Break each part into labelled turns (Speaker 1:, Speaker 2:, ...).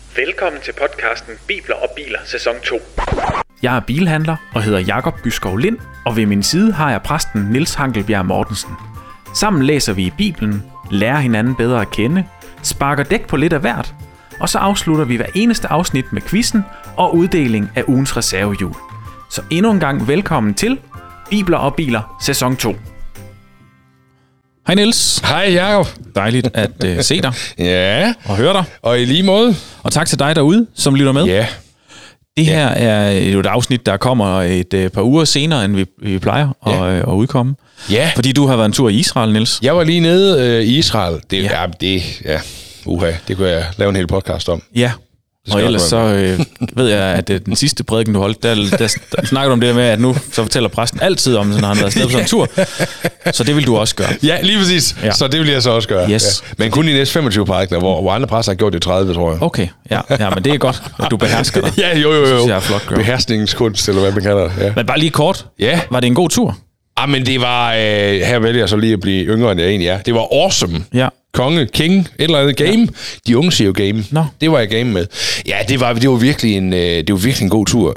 Speaker 1: Velkommen til podcasten Bibler og Biler, sæson 2.
Speaker 2: Jeg er bilhandler og hedder Jakob Byskov Lind, og ved min side har jeg præsten Niels Hankelbjerg Mortensen. Sammen læser vi i Bibelen, lærer hinanden bedre at kende, sparker dæk på lidt af hvert, og så afslutter vi hver eneste afsnit med quizzen og uddeling af ugens reservehjul. Så endnu en gang velkommen til Bibler og Biler, sæson 2. Hej Niels.
Speaker 3: Hej Jakob.
Speaker 2: Dejligt at se dig.
Speaker 3: Ja.
Speaker 2: Og høre dig.
Speaker 3: Og i lige måde.
Speaker 2: Og tak til dig derude, som lytter med.
Speaker 3: Ja.
Speaker 2: Det her er jo et afsnit, der kommer et par uger senere, end vi plejer at udkomme.
Speaker 3: Ja.
Speaker 2: Fordi du har været en tur i Israel, Niels.
Speaker 3: Jeg var lige nede i Israel. Det kunne jeg lave en hel podcast om.
Speaker 2: Ja. Og ellers så ved jeg, at den sidste prædiken, du holdt, der snakker du om det med, at nu så fortæller præsten altid om, når han har været afsted på sådan en tur. Så det vil du også gøre.
Speaker 3: Ja, lige præcis. Ja. Så det vil jeg så også gøre.
Speaker 2: Yes.
Speaker 3: Ja. Men kun de næste 25 prædikener, hvor andre præster har gjort det 30, tror jeg.
Speaker 2: Okay, ja, men det er godt, at du behersker dig.
Speaker 3: Ja, jo.
Speaker 2: Det synes jeg er flot gjort.
Speaker 3: Beherskningskunst, eller hvad man kalder det. Ja.
Speaker 2: Men bare lige kort.
Speaker 3: Ja.
Speaker 2: Var det en god tur?
Speaker 3: Men det var... her vælger jeg så lige at blive yngre, end jeg egentlig er. Det var awesome. Ja. Konge, king, et eller andet game. Ja. De unge siger jo game.
Speaker 2: No.
Speaker 3: Det var jeg game med. Ja, det var virkelig en god tur.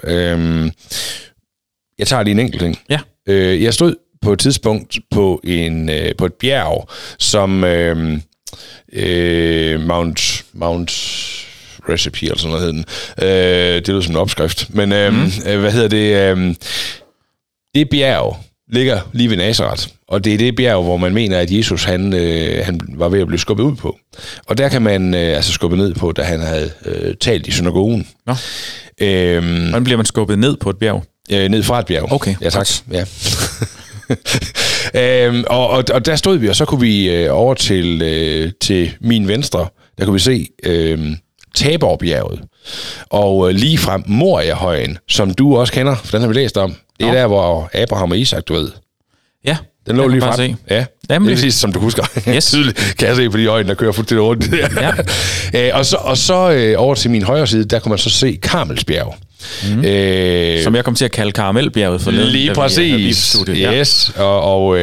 Speaker 3: Jeg tager lige en enkelt ting.
Speaker 2: Ja.
Speaker 3: Jeg stod på et tidspunkt på et bjerg, som Mount Recipe, eller sådan noget hed den. Det lyder som en opskrift. Men hvad hedder det? Det bjerg ligger lige ved Nazaret, og det er det bjerg, hvor man mener, at Jesus han var ved at blive skubbet ud på. Og der kan man skubbe ned på, da han havde talt i synagogen.
Speaker 2: Nå. Hvordan bliver man skubbet ned på et bjerg?
Speaker 3: Ned fra et bjerg.
Speaker 2: Okay.
Speaker 3: Ja, tak. Ja. Og der stod vi, og så kunne vi over til min venstre, der kunne vi se Taborbjerget. Og lige frem Moria-højen, som du også kender, for den har vi læst om. Det er der, hvor Abraham og Isak, du ved.
Speaker 2: Ja,
Speaker 3: den lå lige frem.
Speaker 2: Se.
Speaker 3: Ja, det er præcis, som du husker.
Speaker 2: Yes.
Speaker 3: Tydeligt kan jeg se på de øjne, der kører fuldstændig rundt. Ja. Og så over til min højre side, der kunne man så se Karmelsbjerg.
Speaker 2: Som jeg kom til at kalde Karamelbjerget for
Speaker 3: lige præcis. Yes. Og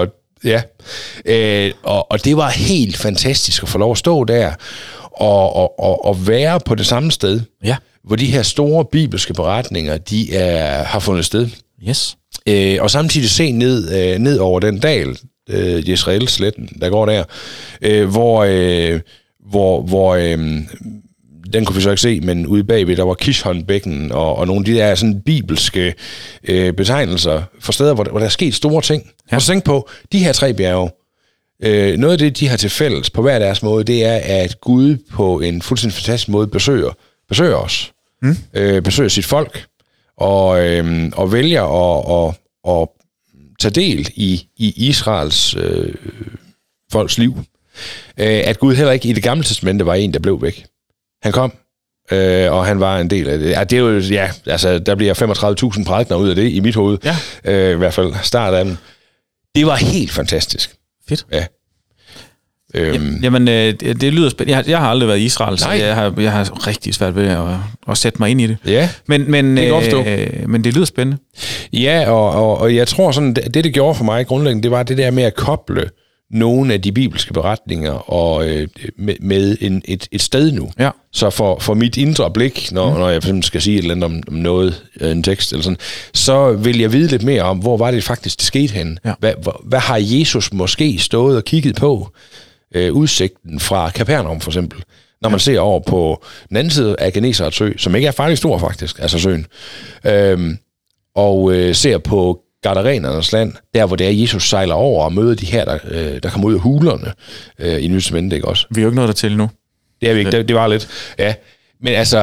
Speaker 3: det var helt fantastisk at få lov at stå der og være på det samme sted, hvor de her store bibelske beretninger, de har fundet sted.
Speaker 2: Yes.
Speaker 3: Og samtidig se ned over den dal, Jezreel-sletten, der går der, hvor den kunne vi så ikke se, men ude bagved, der var Kishon-bækken og nogle af de der sådan bibelske betegnelser for steder, hvor der er sket store ting. Ja. Og så tænk på, de her 3 bjerge, noget af det, de har til fælles på hver deres måde, det er, at Gud på en fuldstændig fantastisk måde besøger os. Besøger sit folk, og vælger at tage del i Israels folks liv. At Gud heller ikke i Det Gamle Testamente var en, der blev væk. Han kom, og han var en del af det. Ja, det er jo, der bliver 35.000 prædikener ud af det i mit hoved. Ja. I hvert fald start af den. Det var helt fantastisk.
Speaker 2: Fedt.
Speaker 3: Ja.
Speaker 2: Jamen, det lyder spændende. Jeg har aldrig været i Israel, så jeg har rigtig svært ved at sætte mig ind i det.
Speaker 3: Ja,
Speaker 2: men det lyder spændende.
Speaker 3: Ja, og jeg tror sådan, det gjorde for mig grundlæggende, det var det der med at koble nogle af de bibelske beretninger og med et sted nu. Ja. Så for mit indre blik, når jeg skal sige et eller andet om noget, en tekst eller sådan, så vil jeg vide lidt mere om, hvor var det faktisk, det skete henne. Ja. Hvad har Jesus måske stået og kigget på? Udsigten fra Kapernaum for eksempel. Når man ser over på den anden side af Genesarets sø, som ikke er farligt stor faktisk, altså søen, og ser på Gadarenernes land, der hvor det er, Jesus sejler over og møder de her, der kommer ud af hulerne i Nye Testamente, ikke også?
Speaker 2: Vi er jo ikke noget der til nu.
Speaker 3: Det er vi ikke, det var lidt. Ja. Men altså,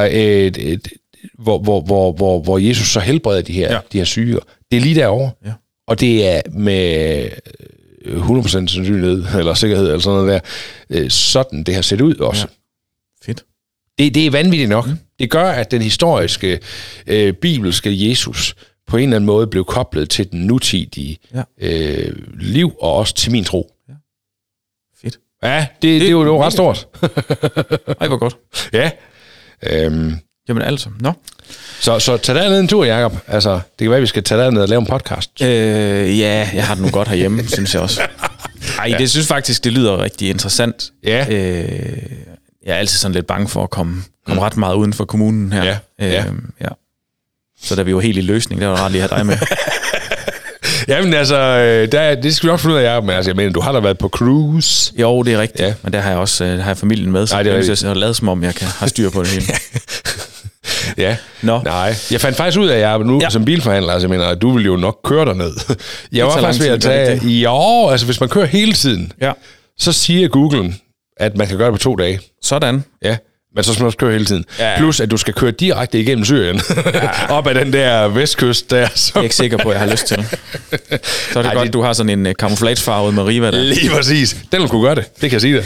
Speaker 3: hvor Jesus så helbreder de her syge, det er lige derovre. Ja. Og det er med 100% sandsynlighed, eller sikkerhed, eller sådan noget der, sådan det har set ud også.
Speaker 2: Ja. Fedt.
Speaker 3: Det er vanvittigt nok. Det gør, at den historiske, bibelske Jesus på en eller anden måde blev koblet til den nutidige liv, og også til min tro. Ja.
Speaker 2: Fedt.
Speaker 3: Ja, det er jo ret stort.
Speaker 2: Ej, hvor godt.
Speaker 3: Ja.
Speaker 2: Jamen altså,
Speaker 3: Så tag derned en tur, Jakob. Altså, det kan være, at vi skal tage derned og lave en podcast.
Speaker 2: Ja, jeg har den nu godt herhjemme, synes jeg også. Ej, det synes faktisk, det lyder rigtig interessant.
Speaker 3: Ja.
Speaker 2: jeg er altid sådan lidt bange for at komme ret meget uden for kommunen her.
Speaker 3: Ja.
Speaker 2: Så da vi var helt i løsning, det var rart lige at have dig med.
Speaker 3: Jamen altså, det skal vi nok finde ud af, men altså, jeg mener, du har da været på cruise.
Speaker 2: Jo, det er rigtigt, men der har jeg også familien med, så jeg har lavet som om, jeg kan have styr på det hele.
Speaker 3: Ja, nej. Jeg fandt faktisk ud af, at jeg nu som bilforhandler, altså jeg mener, at du vil jo nok køre derned. Jeg var faktisk ved at tage, altså hvis man kører hele tiden, så siger Google, at man kan gøre det på 2 dage.
Speaker 2: Sådan.
Speaker 3: Ja. Men så skal man også køre hele tiden. Ja. Plus, at du skal køre direkte igennem Syrien. Op ad den der vestkyst der. Så.
Speaker 2: Jeg er ikke sikker på, at jeg har lyst til. Så er det godt, du har sådan en camouflagefarvet Mariva der.
Speaker 3: Lige præcis. Den vil kunne gøre det. Det kan jeg sige dig.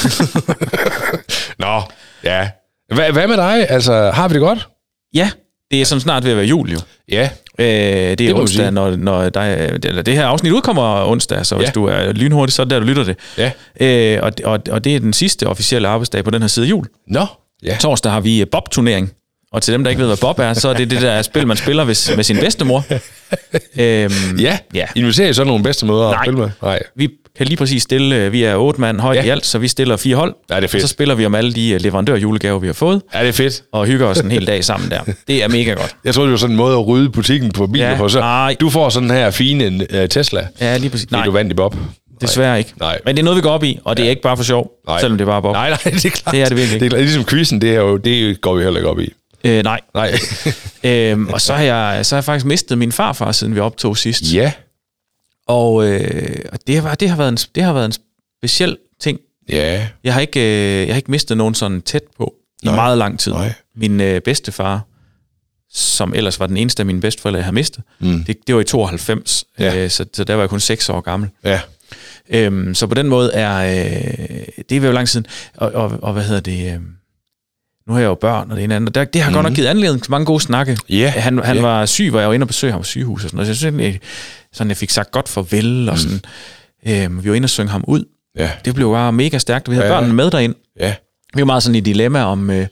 Speaker 3: Nå, ja. Hvad med dig? Altså, har vi det godt?
Speaker 2: Ja, det er sådan snart ved at være jul jo.
Speaker 3: Ja.
Speaker 2: Det er onsdag, når det her afsnit udkommer onsdag, så hvis du er lynhurtig, så er det der, du lytter det.
Speaker 3: Ja.
Speaker 2: Og det er den sidste officielle arbejdsdag på den her side af jul.
Speaker 3: Nå. Ja.
Speaker 2: Torsdag har vi Bob-turnering. Og til dem, der ikke ved, hvad Bob er, så er det der spil, man spiller med sin bedstemor.
Speaker 3: Ja. Inviterer I så nogle bedstemødre at spille med?
Speaker 2: Nej. Vi kan lige præcis stille, vi er 8 mand højt i alt, så vi stiller 4 hold.
Speaker 3: Ja, det er fedt.
Speaker 2: Og så spiller vi om alle de leverandørjulegaver, vi har fået.
Speaker 3: Ja, det er fedt.
Speaker 2: Og hygger os en hel dag sammen der. Det er mega godt.
Speaker 3: Jeg troede, det var sådan en måde at rydde butikken på biler på. Så du får sådan her fine Tesla.
Speaker 2: Ja, lige præcis.
Speaker 3: Nej. Du vandt i Bob.
Speaker 2: Desværre ikke.
Speaker 3: Nej.
Speaker 2: Men det er noget, vi går op i, og det er ikke bare for sjov, selvom det er bare Bob.
Speaker 3: Nej, det er klart.
Speaker 2: Det er det virkelig ikke.
Speaker 3: Det er ligesom quizzen, det går vi heller ikke op i.
Speaker 2: Nej. Og så har jeg faktisk mistet min farfar, siden vi optog sidst.
Speaker 3: Ja.
Speaker 2: Og det har været en speciel ting.
Speaker 3: Ja. Jeg
Speaker 2: har ikke mistet nogen sådan tæt på i meget lang tid.
Speaker 3: Nej.
Speaker 2: Min bedstefar, som ellers var den eneste af mine bedsteforældre, jeg har mistet, det var i 92, så der var jeg kun 6 år gammel.
Speaker 3: Ja.
Speaker 2: Så på den måde det er jo lang siden, og hvad hedder det... Nu har jeg jo børn og det ene andet, og det har godt nok givet anledning til mange gode snakke.
Speaker 3: Yeah,
Speaker 2: han var syg, hvor jeg var inde og besøge ham på sygehuset, og sådan noget. Så jeg synes, jeg fik sagt godt farvel, og sådan. Vi var inde og synge ham ud.
Speaker 3: Yeah.
Speaker 2: Det blev bare mega stærkt, vi havde børnene med derind.
Speaker 3: Yeah.
Speaker 2: Vi var meget sådan i dilemma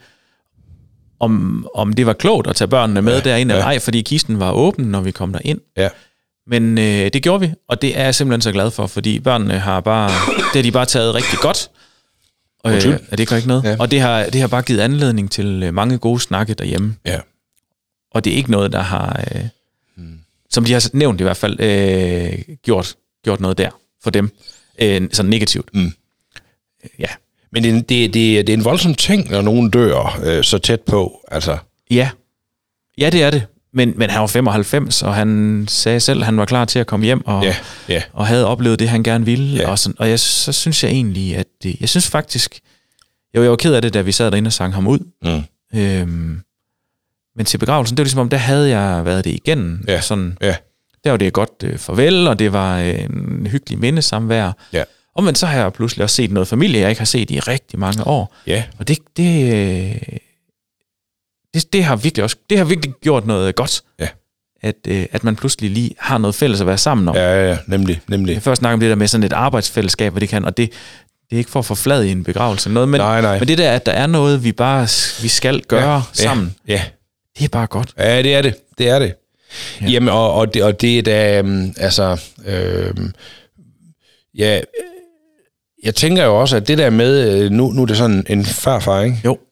Speaker 2: om det var klogt at tage børnene med derind eller ej, fordi kisten var åben, når vi kom derind.
Speaker 3: Ja.
Speaker 2: Men det gjorde vi, og det er jeg simpelthen så glad for, fordi børnene har bare taget rigtig godt. Det gør ikke noget. Ja. Og det har bare givet anledning til mange gode snakke derhjemme.
Speaker 3: Ja.
Speaker 2: Og det er ikke noget, der har, som de har nævnt i hvert fald, gjort noget der for dem. Sådan negativt. Ja.
Speaker 3: Men det er en voldsom ting, når nogen dør så tæt på. Altså.
Speaker 2: Ja, det er det. Men han var 95, og han sagde selv, at han var klar til at komme hjem og havde oplevet det, han gerne ville. Ja. Og så synes jeg egentlig, at jeg synes faktisk... Jeg var ked af det, da vi sad derinde og sang ham ud. Men til begravelsen, det var ligesom om, der havde jeg været det igen.
Speaker 3: Ja.
Speaker 2: Sådan, der var det et godt farvel, og det var en hyggelig mindesamvær.
Speaker 3: Ja.
Speaker 2: Men så har jeg pludselig også set noget familie, jeg ikke har set i rigtig mange år.
Speaker 3: Ja.
Speaker 2: Og det har virkelig gjort noget godt.
Speaker 3: Ja.
Speaker 2: At man pludselig lige har noget fælles at være sammen om.
Speaker 3: Ja, nemlig.
Speaker 2: Jeg først snakke om det der med sådan et arbejdsfællesskab, hvad det kan, og det er ikke for at forflade i en begravelse noget, men,
Speaker 3: nej.
Speaker 2: Men det der, at der er noget, vi skal gøre sammen, det er bare godt.
Speaker 3: Ja, det er det. Det er det. Ja. Jamen, og det er da, jeg tænker jo også, at det der med, nu er det sådan en farfar, ikke?
Speaker 2: Jo.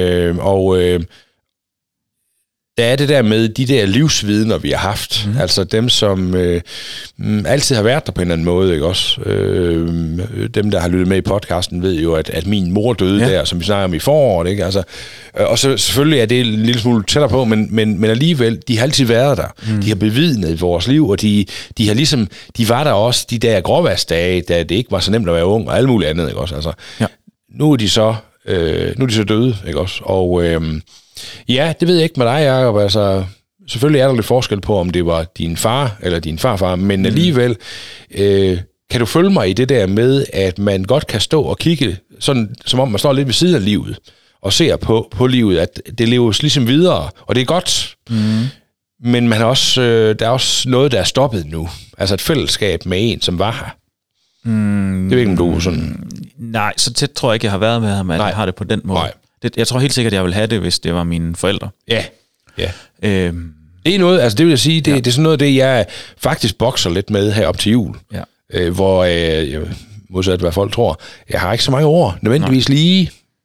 Speaker 3: Der er det der med de der livsvidner, vi har haft. Altså dem, som altid har været der på en eller anden måde, ikke også? Dem, der har lyttet med i podcasten, ved jo, at min mor døde der, som vi snakker om i foråret, ikke? Altså, og så selvfølgelig er det en lille smule tættere på, men alligevel, de har altid været der. De har bevidnet vores liv, og de har ligesom, de var der også de der gråværsdage, da det ikke var så nemt at være ung, og alt muligt andet, ikke også? Altså, nu er de så døde, ikke også? Og ja, det ved jeg ikke med dig, Jacob. Altså, selvfølgelig er der lidt forskel på, om det var din far eller din farfar, men alligevel kan du følge mig i det der med, at man godt kan stå og kigge, sådan, som om man står lidt ved siden af livet, og ser på livet, at det leves ligesom videre, og det er godt, men man har også, der er også noget, der er stoppet nu. Altså et fællesskab med en, som var her. Det er ikke en god sådan...
Speaker 2: Nej, så tæt tror jeg ikke, jeg har været med ham, at jeg har det på den måde. Nej. Jeg tror helt sikkert, jeg ville have det, hvis det var mine forældre.
Speaker 3: Ja. Det er noget, altså det vil jeg sige, det er sådan noget, det jeg faktisk bokser lidt med her op til jul. Ja. Hvor, modsat hvad folk tror, jeg har ikke så mange ord, nødvendigvis lige.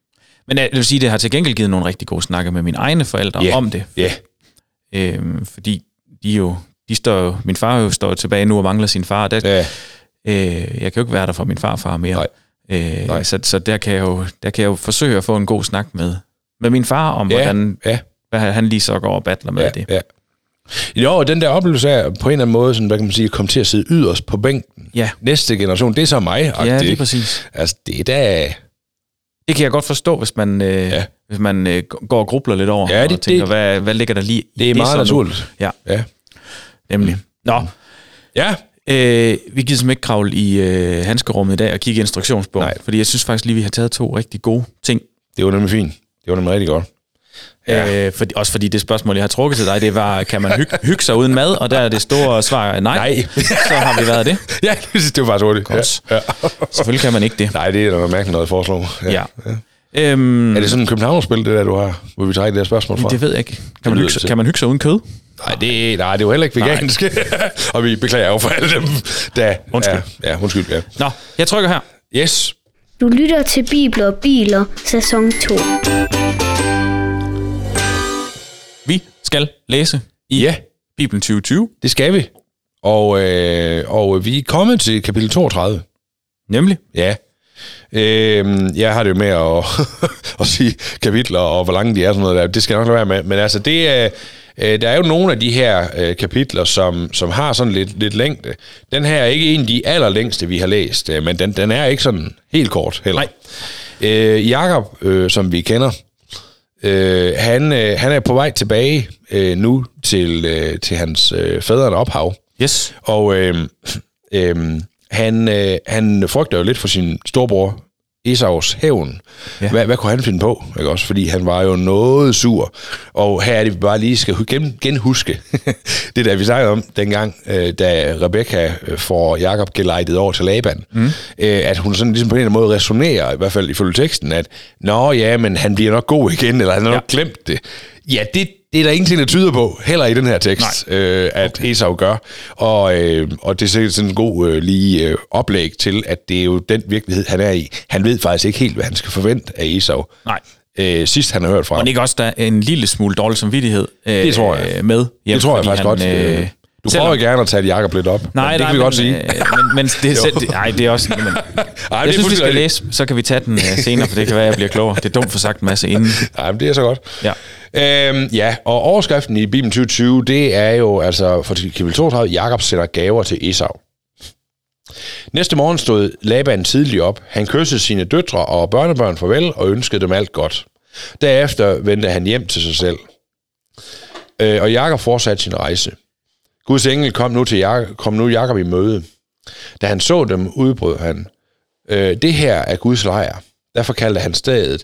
Speaker 2: Men jeg vil sige, det har til gengæld givet nogle rigtig gode snakke med mine egne forældre om det.
Speaker 3: Ja.
Speaker 2: Fordi min far står tilbage nu og mangler sin far. Jeg kan jo ikke være der for min farfar mere. Nej. Så der kan jeg jo forsøge at få en god snak med min far om, hvad han lige så går og battler med det. Ja.
Speaker 3: Jo, den der oplevelse af på en eller anden måde, sådan, hvad kan man sige, komme til at sidde yderst på bænken.
Speaker 2: Ja.
Speaker 3: Næste generation, det er så mig.
Speaker 2: Ja, det er præcis.
Speaker 3: Altså, det er da...
Speaker 2: Det kan jeg godt forstå, hvis man går og grubler lidt over og tænker, hvad ligger der lige i det?
Speaker 3: Det er meget naturligt.
Speaker 2: Ja. Nemlig. Nå.
Speaker 3: Ja.
Speaker 2: Vi gider simpelthen ikke kravle i handskerummet i dag og kigge i instruktionsbogen, fordi jeg synes faktisk lige, vi har taget 2 rigtig gode ting.
Speaker 3: Det var nemlig fint. Det var nemlig rigtig godt.
Speaker 2: Ja. Også fordi det spørgsmål, jeg har trukket til dig, det var, kan man hygge sig uden mad? Og der er det store svar, nej. Så har vi været det.
Speaker 3: Ja, det var faktisk hurtigt.
Speaker 2: Ja. Selvfølgelig kan man ikke det.
Speaker 3: Nej, det er noget mærkeligt noget at foreslå.
Speaker 2: Ja.
Speaker 3: Er det sådan en København-spil, det der, du har, hvor vi tager det der spørgsmål fra?
Speaker 2: Det ved jeg ikke. Kan man hygge sig uden kød?
Speaker 3: Nej, det er jo heller ikke vegansk. Og vi beklager jo for alle dem, der...
Speaker 2: Undskyld.
Speaker 3: Ja, undskyld, ja.
Speaker 2: Nå, jeg trykker her.
Speaker 3: Yes.
Speaker 4: Du lytter til Bibler og Biler, sæson 2.
Speaker 2: Vi skal læse i Bibelen 2020.
Speaker 3: Det skal vi. Og vi er kommet til kapitel 32.
Speaker 2: Nemlig?
Speaker 3: Ja. Jeg har det jo med at sige kapitler, og hvor lange de er, sådan noget der. Det skal jeg nok lade være med. Men altså, der er jo nogle af de her kapitler, som har sådan lidt længde. Den her er ikke en af de allerlængste, vi har læst, men den er ikke sådan helt kort heller. Nej. Jakob, som vi kender, han er på vej tilbage nu til hans fædrene ophav.
Speaker 2: Yes.
Speaker 3: Og han frygter jo lidt for sin storbror Esaus hævn. Ja. Hvad kunne han finde på? Ikke også? Fordi han var jo noget sur. Og her er det, vi bare lige skal genhuske det, der vi snakkede om dengang, da Rebekka får Jakob gelejtet over til Laban. At hun sådan ligesom på en eller anden måde resonerer, i hvert fald ifølge teksten, at men han bliver nok god igen, eller han har nok glemt det. Ja, det er der ingenting, der tyder på, heller i den her tekst, at Esau gør. Og det er sikkert sådan en god lige oplæg til, at det er jo den virkelighed, han er i. Han ved faktisk ikke helt, hvad han skal forvente af Esau.
Speaker 2: Nej.
Speaker 3: Sidst han har hørt fra ham.
Speaker 2: Og ikke også der en lille smule dårlig samvittighed
Speaker 3: det tror jeg.
Speaker 2: Med hjem.
Speaker 3: Det tror jeg faktisk godt. Du prøver gerne at tage Jakob lidt op.
Speaker 2: Nej,
Speaker 3: det kan vi godt sige.
Speaker 2: Men det er også... jeg synes, vi skal læse, så kan vi tage den senere, for det kan være, jeg bliver klogere. Det er dumt for sagt en masse inden.
Speaker 3: Nej, men det er så godt.
Speaker 2: Ja.
Speaker 3: Og overskriften i Bibelen 2020, det er jo altså for kapitel 32, Jakob sender gaver til Esau. Næste morgen stod Laban tidligt op. Han kyssede sine døtre og børnebørn farvel og ønskede dem alt godt. Derefter vendte han hjem til sig selv. Og Jakob fortsatte sin rejse. Guds engel kom nu Jakob i møde. Da han så dem, udbrød han. Det her er Guds lejr. Derfor kaldte han stedet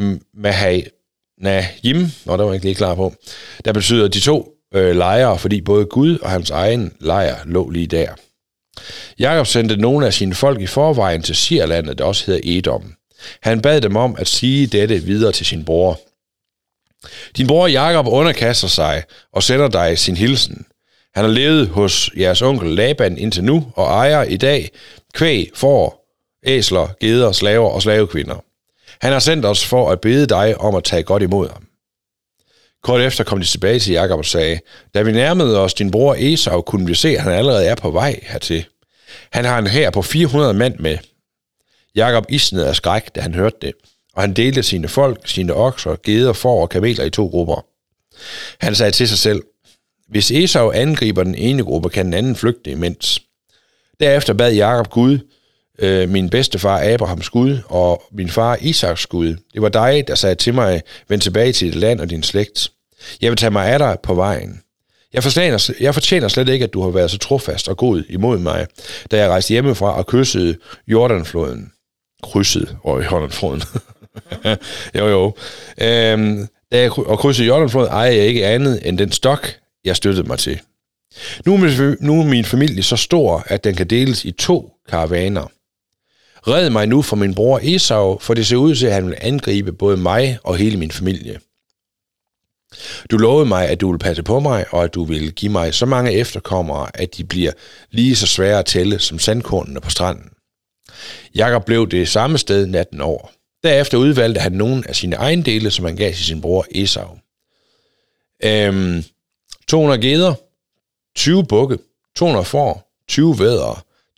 Speaker 3: Mahanaim, og der var jeg ikke lige klar på. Der betyder de 2 lejre, fordi både Gud og hans egen lejr lå lige der. Jakob sendte nogle af sine folk i forvejen til Sirlandet, der også hedder Edom. Han bad dem om at sige dette videre til sin bror. Din bror Jakob underkaster sig og sender dig sin hilsen. Han har levet hos jeres onkel Laban indtil nu, og ejer i dag kvæg, får, æsler, geder, slaver og slavekvinder. Han har sendt os for at bede dig om at tage godt imod ham. Kort efter kom de tilbage til Jakob og sagde, da vi nærmede os din bror Esau, kunne vi se, at han allerede er på vej hertil. Han har en hær på 400 mand med. Jakob isnede af skræk, da han hørte det, og han delte sine folk, sine okser, geder, får og kameler i 2 grupper. Han sagde til sig selv, hvis Esau angriber den ene gruppe, kan den anden flygte imens. Derefter bad Jakob Gud, min bedstefar Abrahams Gud og min far Isaks Gud. Det var dig, der sagde til mig, vend tilbage til dit land og din slægt. Jeg vil tage mig af dig på vejen. Jeg fortjener slet ikke, at du har været så trofast og god imod mig, da jeg rejste hjemmefra og kyssede Jordanfloden. Krydsede Jordanfloden. jo. Da jeg krydsede Jordanfloden, ejer jeg ikke andet end den stok, jeg støttede mig til. Nu er min familie så stor, at den kan deles i 2 karavaner. Red mig nu for min bror Esau, for det ser ud til, at han vil angribe både mig og hele min familie. Du lovede mig, at du vil passe på mig, og at du vil give mig så mange efterkommere, at de bliver lige så svære at tælle som sandkornene på stranden. Jakob blev det samme sted natten over. Derefter udvalgte han nogle af sine ejendele, som han gav til sin bror Esau. 200 geder, 20 bukke, 200 får, 20 væddere,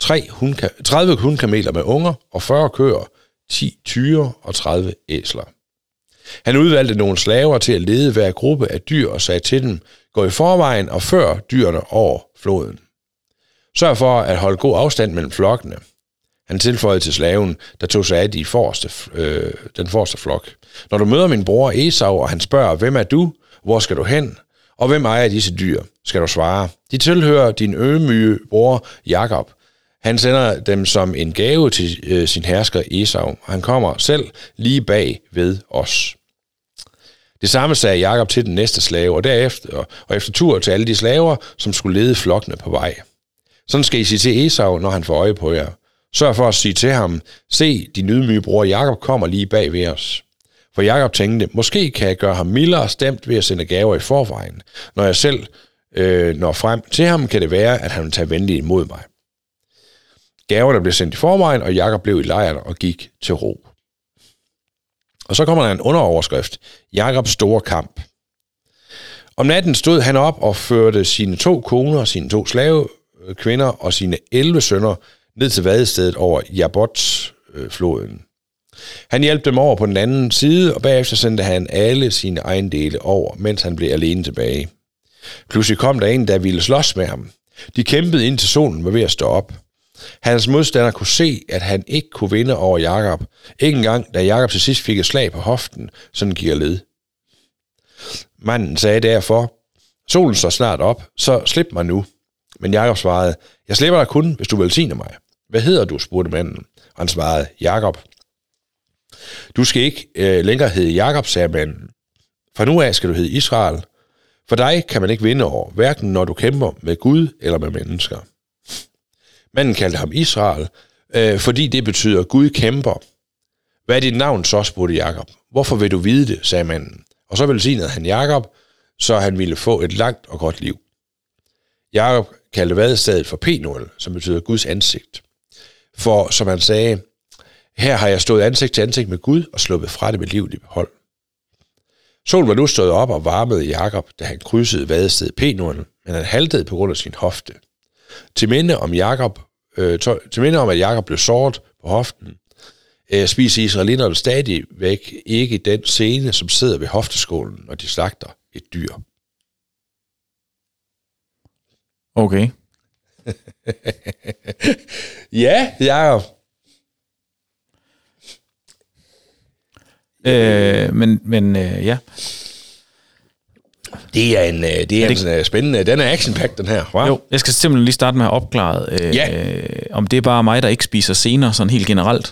Speaker 3: 30 hundkameler med unger og 40 køer, 10 tyre og 30 æsler. Han udvalgte nogle slaver til at lede hver gruppe af dyr og sagde til dem, gå i forvejen og før dyrene over floden. Sørg for at holde god afstand mellem flokkene. Han tilføjede til slaven, der tog sig af den forreste flok. Når du møder min bror Esau, og han spørger, hvem er du, hvor skal du hen, og hvem ejer disse dyr, skal du svare. De tilhører din ydmyge bror Jakob. Han sender dem som en gave til sin hersker Esau, og han kommer selv lige bag ved os. Det samme sagde Jakob til den næste slave, og derefter og efter tur til alle de slaver, som skulle lede flokkene på vej. Sådan skal I sige til Esau, når han får øje på jer. Sørg for at sige til ham, se, din ydmyge bror Jakob kommer lige bag ved os. For Jakob tænkte, måske kan jeg gøre ham mildere stemt ved at sende gaver i forvejen. Når jeg selv når frem til ham, kan det være, at han vil tage venligt imod mig. Gaverne blev sendt i forvejen, og Jakob blev i lejren og gik til ro. Og så kommer der en underoverskrift. Jakobs store kamp. Om natten stod han op og førte sine 2 koner, sine 2 slavekvinder og sine 11 sønner ned til vadestedet over Jabots-floden. Han hjalp dem over på den anden side, og bagefter sendte han alle sine ejendele over, mens han blev alene tilbage. Pludselig kom der en, der ville slås med ham. De kæmpede indtil solen var ved at stå op. Hans modstander kunne se, at han ikke kunne vinde over Jakob. Ikke engang, da Jakob til sidst fik et slag på hoften, sådan gik jeg led. Manden sagde derfor, solen står snart op, så slip mig nu. Men Jakob svarede, jeg slipper dig kun, hvis du velsigner mig. Hvad hedder du, spurgte manden. Og han svarede, Jakob. Du skal ikke længere hedde Jakob, sagde manden. Fra nu af skal du hedde Israel. For dig kan man ikke vinde over, hverken når du kæmper med Gud eller med mennesker. Manden kaldte ham Israel, fordi det betyder Gud kæmper. Hvad er dit navn så, spurgte Jakob. Hvorfor vil du vide det, sagde manden. Og så velsignede han Jakob, så han ville få et langt og godt liv. Jakob kaldte vadestedet for Penuel, som betyder Guds ansigt. For som han sagde, her har jeg stået ansigt til ansigt med Gud og sluppet fra det med livet i behold. Solen var nu stået op og varmede Jakob, da han krydsede vadestedet Penuel, men han haltede på grund af sin hofte. Til minde om, at Jakob blev såret på hoften, spiser israelitterne stadigvæk ikke den sene, som sidder ved hofteskålen, når de slagter et dyr.
Speaker 2: Okay.
Speaker 3: Ja, Jakob.
Speaker 2: Ja.
Speaker 3: Det er en spændende. Den er action-packed, den her. Wow.
Speaker 2: Jo, jeg skal simpelthen lige starte med at opklare, om det er bare mig, der ikke spiser sener, sådan helt generelt.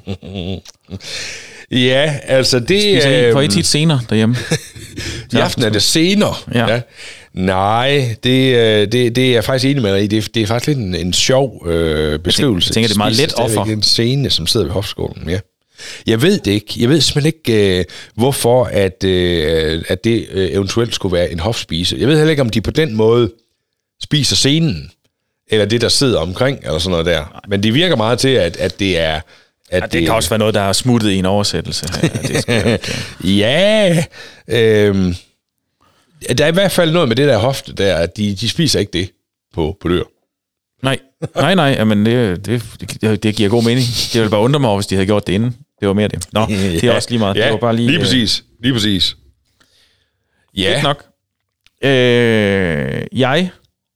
Speaker 3: Ja, altså det...
Speaker 2: Får I tit sener derhjemme?
Speaker 3: I aften er det sener.
Speaker 2: Ja.
Speaker 3: Nej, det er jeg faktisk enig med dig i. Det er faktisk lidt en sjov beskrivelse.
Speaker 2: Jeg tænker, det er meget let offer.
Speaker 3: Det er en scene, som sidder ved hofskålen, ja. Jeg ved det ikke. Jeg ved simpelthen ikke, hvorfor at det eventuelt skulle være en hofspise. Jeg ved heller ikke, om de på den måde spiser scenen, eller det, der sidder omkring, eller sådan noget der. Nej. Men det virker meget til, at det er...
Speaker 2: det kan også være noget, der er smuttet i en oversættelse.
Speaker 3: Ja, der er i hvert fald noget med det der hofte der, at de spiser ikke det på dyr.
Speaker 2: Nej, men det giver god mening. Det ville bare undre mig over, hvis de havde gjort det inden. Det var mere det. Nå, det er også lige meget.
Speaker 3: Ja,
Speaker 2: det var bare
Speaker 3: lige præcis. Ja.
Speaker 2: Ikke nok. Jeg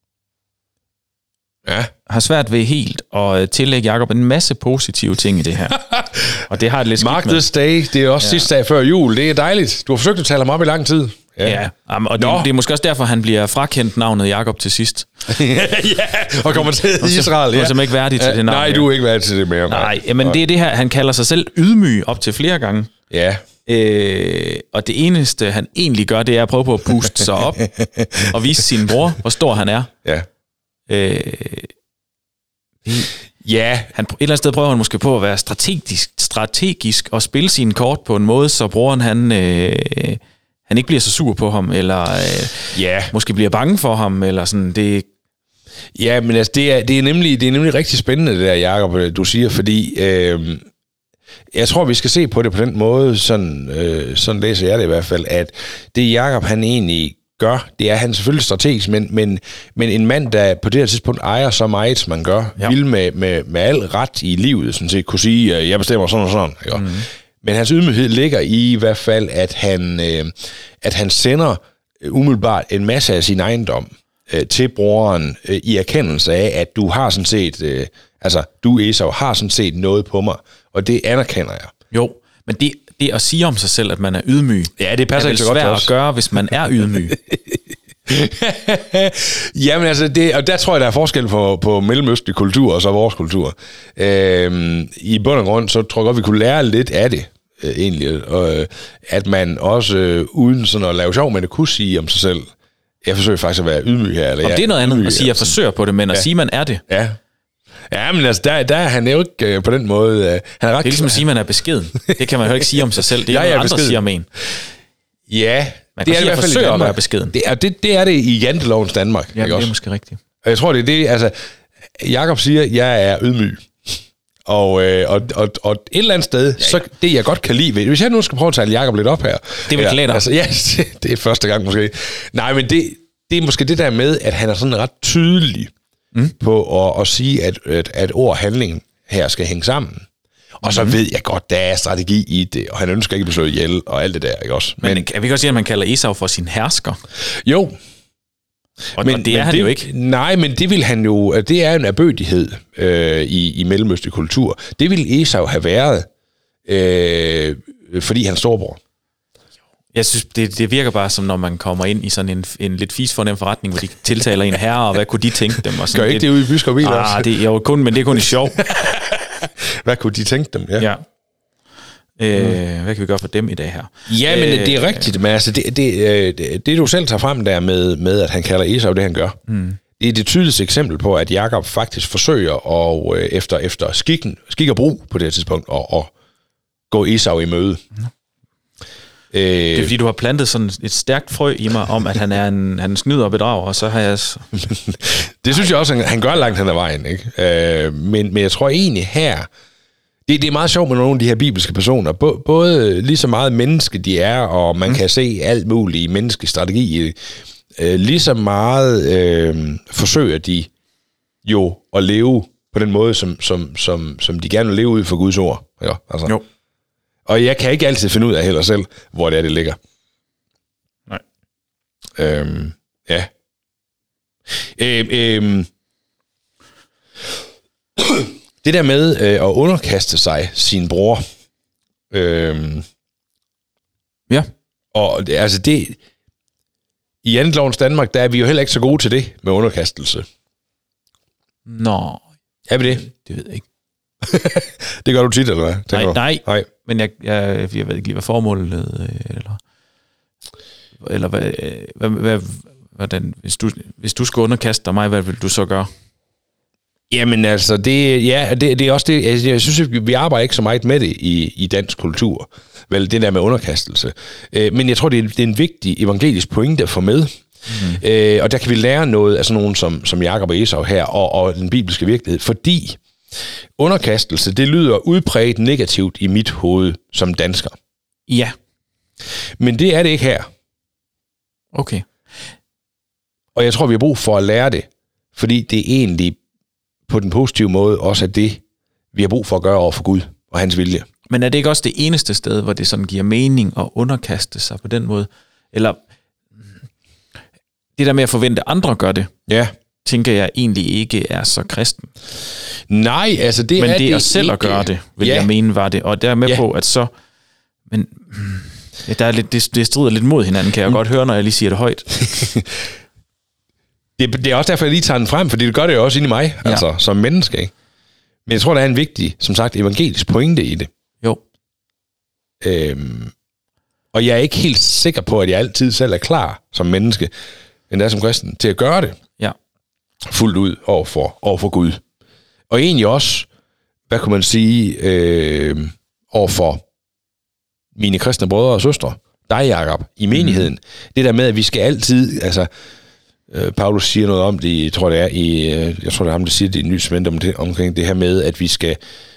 Speaker 2: har svært ved helt at tillægge Jakob en masse positive ting i det her. Og det har det lidt skidt med.
Speaker 3: Mark this day, det er også sidste dag før jul. Det er dejligt. Du har forsøgt at tale ham op i lang tid.
Speaker 2: Ja, og det er måske også derfor, han bliver frakendt navnet Jakob til sidst.
Speaker 3: Ja, og kommer til Israel.
Speaker 2: Ja. Og som ikke værdig til det navn.
Speaker 3: Nej, du er ikke værdig til det mere.
Speaker 2: Nej, men det er det her, han kalder sig selv ydmyg op til flere gange.
Speaker 3: Ja.
Speaker 2: Og det eneste, han egentlig gør, det er at prøve på at puste sig op og vise sin bror, hvor stor han er.
Speaker 3: Ja.
Speaker 2: Ja, et eller andet sted prøver han måske på at være strategisk og spille sine kort på en måde, så broren han ikke bliver så sur på ham, eller måske bliver bange for ham, eller sådan. Det.
Speaker 3: Ja, men altså, det er nemlig rigtig spændende, det der, Jakob, du siger, fordi Jeg tror, vi skal se på det på den måde, sådan læser jeg det i hvert fald, at det Jakob han egentlig gør, det er han selvfølgelig strategisk, men en mand, der på det her tidspunkt ejer så meget, som man gør, vil med al ret i livet, sådan set, kunne sige, jeg bestemmer sådan og sådan. Ikke? Mm-hmm. Men hans ydmyghed ligger i hvert fald, at han sender umiddelbart en masse af sin ejendom til broren i erkendelse af, at du har sådan set, du Esau har sådan set noget på mig, og det anerkender jeg.
Speaker 2: Jo, men det at sige om sig selv, at man er ydmyg,
Speaker 3: det passer ikke så godt
Speaker 2: svært at gøre, hvis man er ydmyg.
Speaker 3: Jamen altså, og der tror jeg, der er forskel på mellemøstlig kultur og så vores kultur. I bund og grund, så tror jeg godt, vi kunne lære lidt af det, egentlig. Og at man også, uden sådan at lave sjov med det, kunne sige om sig selv, jeg forsøger faktisk at være ydmyg her. Eller
Speaker 2: det er noget andet at sige, jeg forsøger på det, men at sige, man er det.
Speaker 3: Ja, men altså, der er han jo ikke på den måde. Han er ret,
Speaker 2: det er ligesom at sige, man er beskeden. Det kan man jo ikke sige om sig selv. Det er noget, andre siger om en.
Speaker 3: Ja,
Speaker 2: man kan sige, at forsøger at være beskeden.
Speaker 3: Det er det i jantelovens Danmark.
Speaker 2: Ja, det er måske rigtigt.
Speaker 3: Og jeg tror, det er det, altså, Jakob siger, jeg er ydmyg. Og et eller andet sted, så det jeg godt kan lide ved, hvis jeg nu skal prøve at tale Jakob lidt op her.
Speaker 2: Det vil klæde dig.
Speaker 3: Altså, det er første gang måske. Nej, men det er måske det der med, at han er sådan ret tydelig på at sige, at ord og handling her skal hænge sammen. Og så ved jeg godt, der er strategi i det, og han ønsker ikke at blive slået ihjel, og alt det der, ikke også?
Speaker 2: Men kan vi godt sige, at man kalder Esau for sin hersker?
Speaker 3: Jo.
Speaker 2: Og det er han jo ikke.
Speaker 3: Nej, men det vil han jo, det er en erbødighed i mellemøstlig kultur. Det vil Esau have været, fordi han er storebror.
Speaker 2: Jeg synes, det virker bare som, når man kommer ind i sådan en lidt fisfornem forretning, hvor de tiltaler en herre, og hvad kunne de tænke dem? Og sådan
Speaker 3: gør ikke det ude i Byskov Bil også?
Speaker 2: Men det er kun i sjov. Hvad
Speaker 3: kunne de tænke dem?
Speaker 2: Ja. Hvad kan vi gøre for dem i dag her?
Speaker 3: Ja, men det er rigtigt, men altså, det du selv tager frem der med at han kalder Esau det, han gør, det er det tydeligste eksempel på, at Jakob faktisk forsøger at, efter skik og brug på det her tidspunkt, og gå Esau i møde.
Speaker 2: Det er fordi, du har plantet sådan et stærkt frø i mig, om at han er en snyder og bedrager, og så har jeg...
Speaker 3: Det synes jeg også, han gør langt hen ad vejen, ikke? Men jeg tror egentlig her... Det er meget sjovt med nogle af de her bibelske personer. Både lige så meget menneske de er, og man kan se alt muligt i menneskelig strategi. Lige så meget forsøger de jo at leve på den måde, som de gerne vil leve ud for Guds ord. Ja, altså. Jo. Og jeg kan ikke altid finde ud af heller selv, hvor det ligger.
Speaker 2: Nej.
Speaker 3: Ja. Det der med at underkaste sig sin bror.
Speaker 2: Ja.
Speaker 3: Og altså det... I jantelovens Danmark, der er vi jo heller ikke så gode til det med underkastelse.
Speaker 2: Nå.
Speaker 3: Er vi det?
Speaker 2: Det ved jeg ikke.
Speaker 3: Det gør du tit, eller hvad?
Speaker 2: Nej. Men jeg ved ikke lige, hvad formålet eller hvordan, hvis du skulle underkaste dig mig, hvad vil du så gøre?
Speaker 3: Jamen altså, det er også det, altså, jeg synes, vi arbejder ikke så meget med det i dansk kultur, vel, det der med underkastelse. Men jeg tror, det er en vigtig evangelisk pointe at få med, og der kan vi lære noget af sådan nogen som Jakob og Esau her, og den bibelske virkelighed, fordi underkastelse, det lyder udpræget negativt i mit hoved som dansker.
Speaker 2: Ja.
Speaker 3: Men det er det ikke her.
Speaker 2: Okay.
Speaker 3: Og jeg tror, vi har brug for at lære det, fordi det er egentlig på den positive måde også er det, vi har brug for at gøre over for Gud og hans vilje.
Speaker 2: Men er det ikke også det eneste sted, hvor det sådan giver mening at underkaste sig på den måde? Eller det der med at forvente, at andre gør det, tænker jeg egentlig ikke er så kristen.
Speaker 3: Nej, altså det
Speaker 2: men
Speaker 3: er
Speaker 2: det at selv at gøre det, vil jeg mene var det. Og der er med på, at så... Men der er lidt, det strider lidt mod hinanden, kan jeg godt høre, når jeg lige siger det højt.
Speaker 3: Det er også derfor, jeg lige tager den frem, fordi det gør det jo også inde i mig, altså som menneske, ikke? Men jeg tror, der er en vigtig, som sagt, evangelisk pointe i det.
Speaker 2: Jo.
Speaker 3: Og jeg er ikke helt sikker på, at jeg altid selv er klar som menneske, endda som kristen, til at gøre det.
Speaker 2: Ja.
Speaker 3: Fuldt ud over for Gud. Og egentlig også, hvad kunne man sige, over for mine kristne brødre og søstre, dig, Jakob, i menigheden. Det der med, at vi skal altid, altså, Paulus siger noget om det, jeg tror det er ham, der siger det i Nyt Testament omkring det her med, at vi skal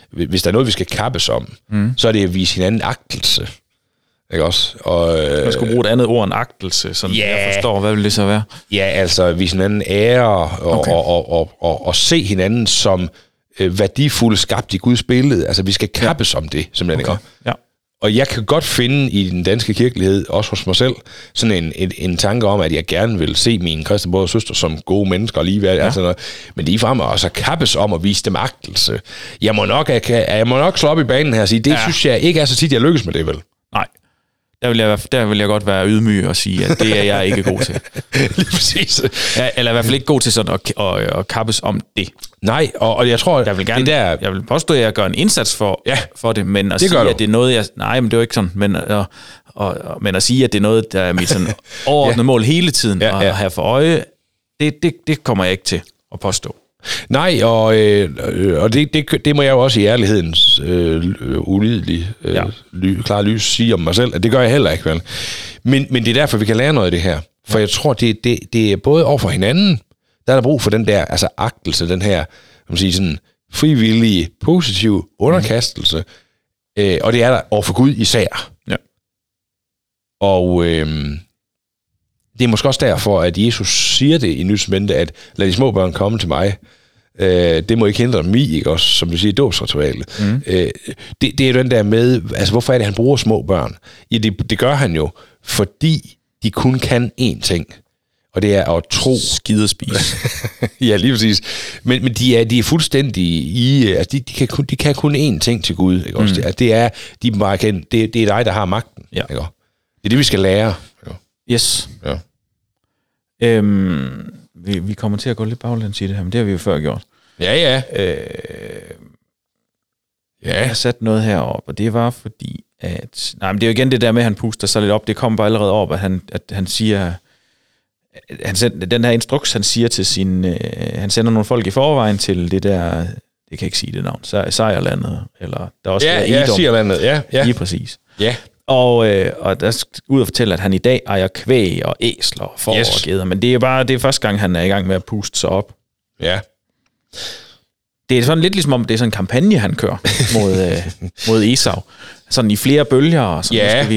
Speaker 3: hvis der er noget, vi skal kappes om, så er det at vise hinanden agtelse. Ikke også? Og,
Speaker 2: man skulle bruge et andet ord end agtelse, sådan jeg forstår, hvad vil det så være?
Speaker 3: Ja, altså vise hinanden ære og se hinanden som værdifulde skabt i Guds billede. Altså vi skal kappes om det, simpelthen. Okay.
Speaker 2: Ja. Og
Speaker 3: jeg kan godt finde i den danske kirkelighed, også hos mig selv, sådan en tanke om, at jeg gerne vil se mine kristne brødre og søstre som gode mennesker og ligeværdige. Altså men lige frem også kappes om at vise dem agtelse. Jeg må nok slå op i banen her og sige, det synes jeg ikke er så tit, jeg lykkes med det, vel?
Speaker 2: Nej. Der vil jeg godt være ydmyg og sige, at det er jeg ikke god til.
Speaker 3: Lige præcis.
Speaker 2: Eller i hvert fald ikke god til sådan at kappes om det.
Speaker 3: Nej, og jeg tror,
Speaker 2: jeg vil påstå, at jeg gør en indsats for det, men at
Speaker 3: det
Speaker 2: sige, at det er noget, nej, men det er jo ikke sådan, men at sige, at det er noget, der er mit sådan overordnede mål hele tiden, at have for øje, det kommer jeg ikke til at påstå.
Speaker 3: Nej, og det må jeg jo også i ærlighedens ulidelige klare lys sige om mig selv, at det gør jeg heller ikke, vel? Men det er derfor, vi kan lære noget af det her. For jeg tror, det er både over for hinanden, der er der brug for den der altså agtelse, den her man sige, sådan frivillige, positiv underkastelse, og det er der over for Gud især.
Speaker 2: Ja.
Speaker 3: Og det er måske også derfor, at Jesus siger det i Nyt Testamente, at lad de små børn komme til mig. Det må ikke hindre dem i, ikke også, som du siger, dåbsritualet. Det er jo den der med, altså hvorfor er det, han bruger små børn? Ja, det gør han jo, fordi de kun kan én ting, og det er at tro.
Speaker 2: Skide og spise.
Speaker 3: Ja, lige præcis. Men de er fuldstændig i, altså de kan kun én ting til Gud, ikke også? Det er dig, der har magten, ikke også? Det er det, vi skal lære.
Speaker 2: Yes. Ja. Vi kommer til at gå lidt baglæns i det her, men det har vi jo før gjort.
Speaker 3: Ja.
Speaker 2: Jeg har sat noget herop, og det var fordi, at... Nej, men det er jo igen det der med, at han puster sig lidt op. Det kommer bare allerede op, at han siger... Den her instruks, han siger til sin... han sender nogle folk i forvejen til det der... Det kan jeg ikke sige det navn. Sejrlandet, eller... Der er også
Speaker 3: Sejrlandet, ja.
Speaker 2: Lige præcis.
Speaker 3: Ja.
Speaker 2: Og der ud og fortælle, at han i dag ejer kvæg og æsler og får og geder, men det er første gang, han er i gang med at puste sig op.
Speaker 3: Ja.
Speaker 2: Det er sådan lidt ligesom om, det er sådan en kampagne, han kører mod Esau. Sådan i flere bølger, og sådan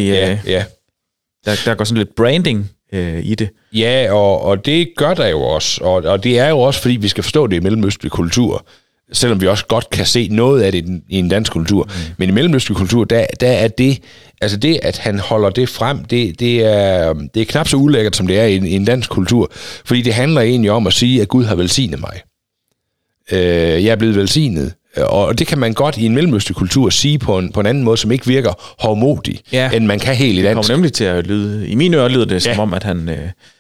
Speaker 2: der går sådan lidt branding i det. Ja,
Speaker 3: og det gør der jo også, og det er jo også, fordi vi skal forstå det i mellemøstlig kultur, selvom vi også godt kan se noget af det i en dansk kultur. Men i mellemøstlig kultur, der er det, altså det, at han holder det frem, det er knap så ulækkert, som det er i en dansk kultur. Fordi det handler egentlig om at sige, at Gud har velsignet mig. Jeg er blevet velsignet. Og det kan man godt i en mellemøstlig kultur sige på en anden måde, som ikke virker hovmodig, end man kan helt i dansk.
Speaker 2: Det kommer nemlig til at lyde, i mine ører lyder det som om, at han...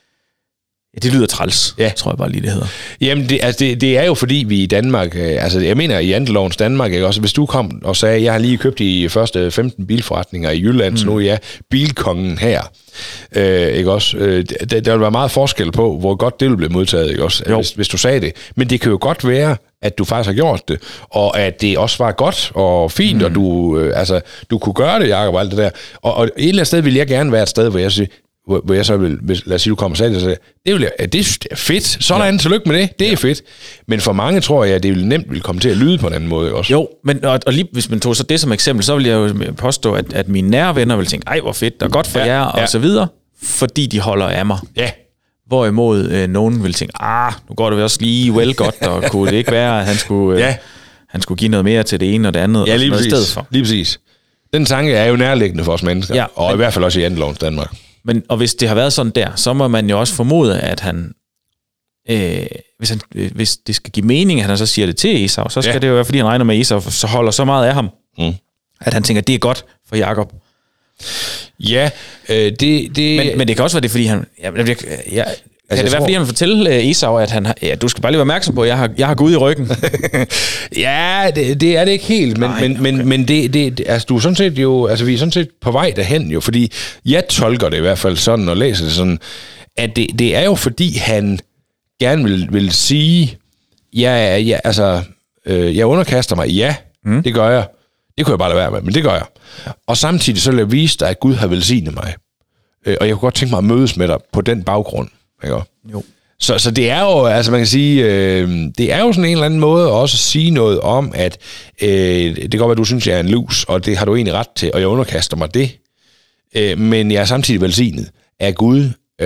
Speaker 2: det lyder træls, tror jeg bare lige, det hedder.
Speaker 3: Jamen, det er jo fordi, vi i Danmark, altså jeg mener i Jantelovens Danmark, ikke? Også hvis du kom og sagde, jeg har lige købt de første 15 bilforretninger i Jylland, så nu er jeg bilkongen her. Ikke også? Der vil være meget forskel på, hvor godt det vil blive modtaget, ikke også? Hvis du sagde det. Men det kan jo godt være, at du faktisk har gjort det, og at det også var godt og fint, og du kunne gøre det, Jacob, og alt det der. Og et eller andet sted vil jeg gerne være et sted, hvor jeg så vil, lad os sige, du kommer og sagde det, så det er fedt. Sådan, tillykke med det. Det er fedt. Men for mange tror jeg, at det nemt vil komme til at lyde på en anden måde også.
Speaker 2: Jo, men og lige hvis man tog så det som eksempel, så vil jeg jo påstå, at mine nære venner vil tænke, ej, hvor fedt, og godt for jer, og så videre, fordi de holder af mig.
Speaker 3: Ja.
Speaker 2: Hvorimod nogen vil tænke, nu går det også lige godt, og kunne det ikke være, at han skulle give noget mere til det ene og det andet,
Speaker 3: ja, lige
Speaker 2: og
Speaker 3: præcis.
Speaker 2: Sted for.
Speaker 3: Lige præcis. Den tanke er jo nærliggende for os mennesker, og i hvert fald også i Jantelovens Danmark.
Speaker 2: Og hvis det har været sådan der, så må man jo også formode, at han, hvis det skal give mening, at han så siger det til Esau, så skal det jo være, fordi han regner med, at Esau så holder så meget af ham, at han tænker, at det er godt for Jakob.
Speaker 3: Ja,
Speaker 2: Men det kan også være det, fordi han... Kan det være, fordi han fortæller Esau, at du skal bare lige være opmærksom på, at jeg har Gud i ryggen?
Speaker 3: Ja, det er det ikke helt, men det altså, du er sådan set jo, altså vi er sådan set på vej derhen jo, fordi jeg tolker det i hvert fald sådan, og læser det sådan, at det er jo fordi, han gerne vil sige, jeg underkaster mig, det gør jeg. Det kunne jeg bare lade være med, men det gør jeg. Ja. Og samtidig så vil jeg vise dig, at Gud har velsignet mig. Og jeg kunne godt tænke mig at mødes med dig på den baggrund. Ikke?
Speaker 2: Jo.
Speaker 3: Så det er jo, altså man kan sige, det er jo sådan en eller anden måde også at sige noget om, at det kan godt være, at du synes, jeg er en lus, og det har du egentlig ret til, og jeg underkaster mig det. Men jeg er samtidig velsignet af Gud,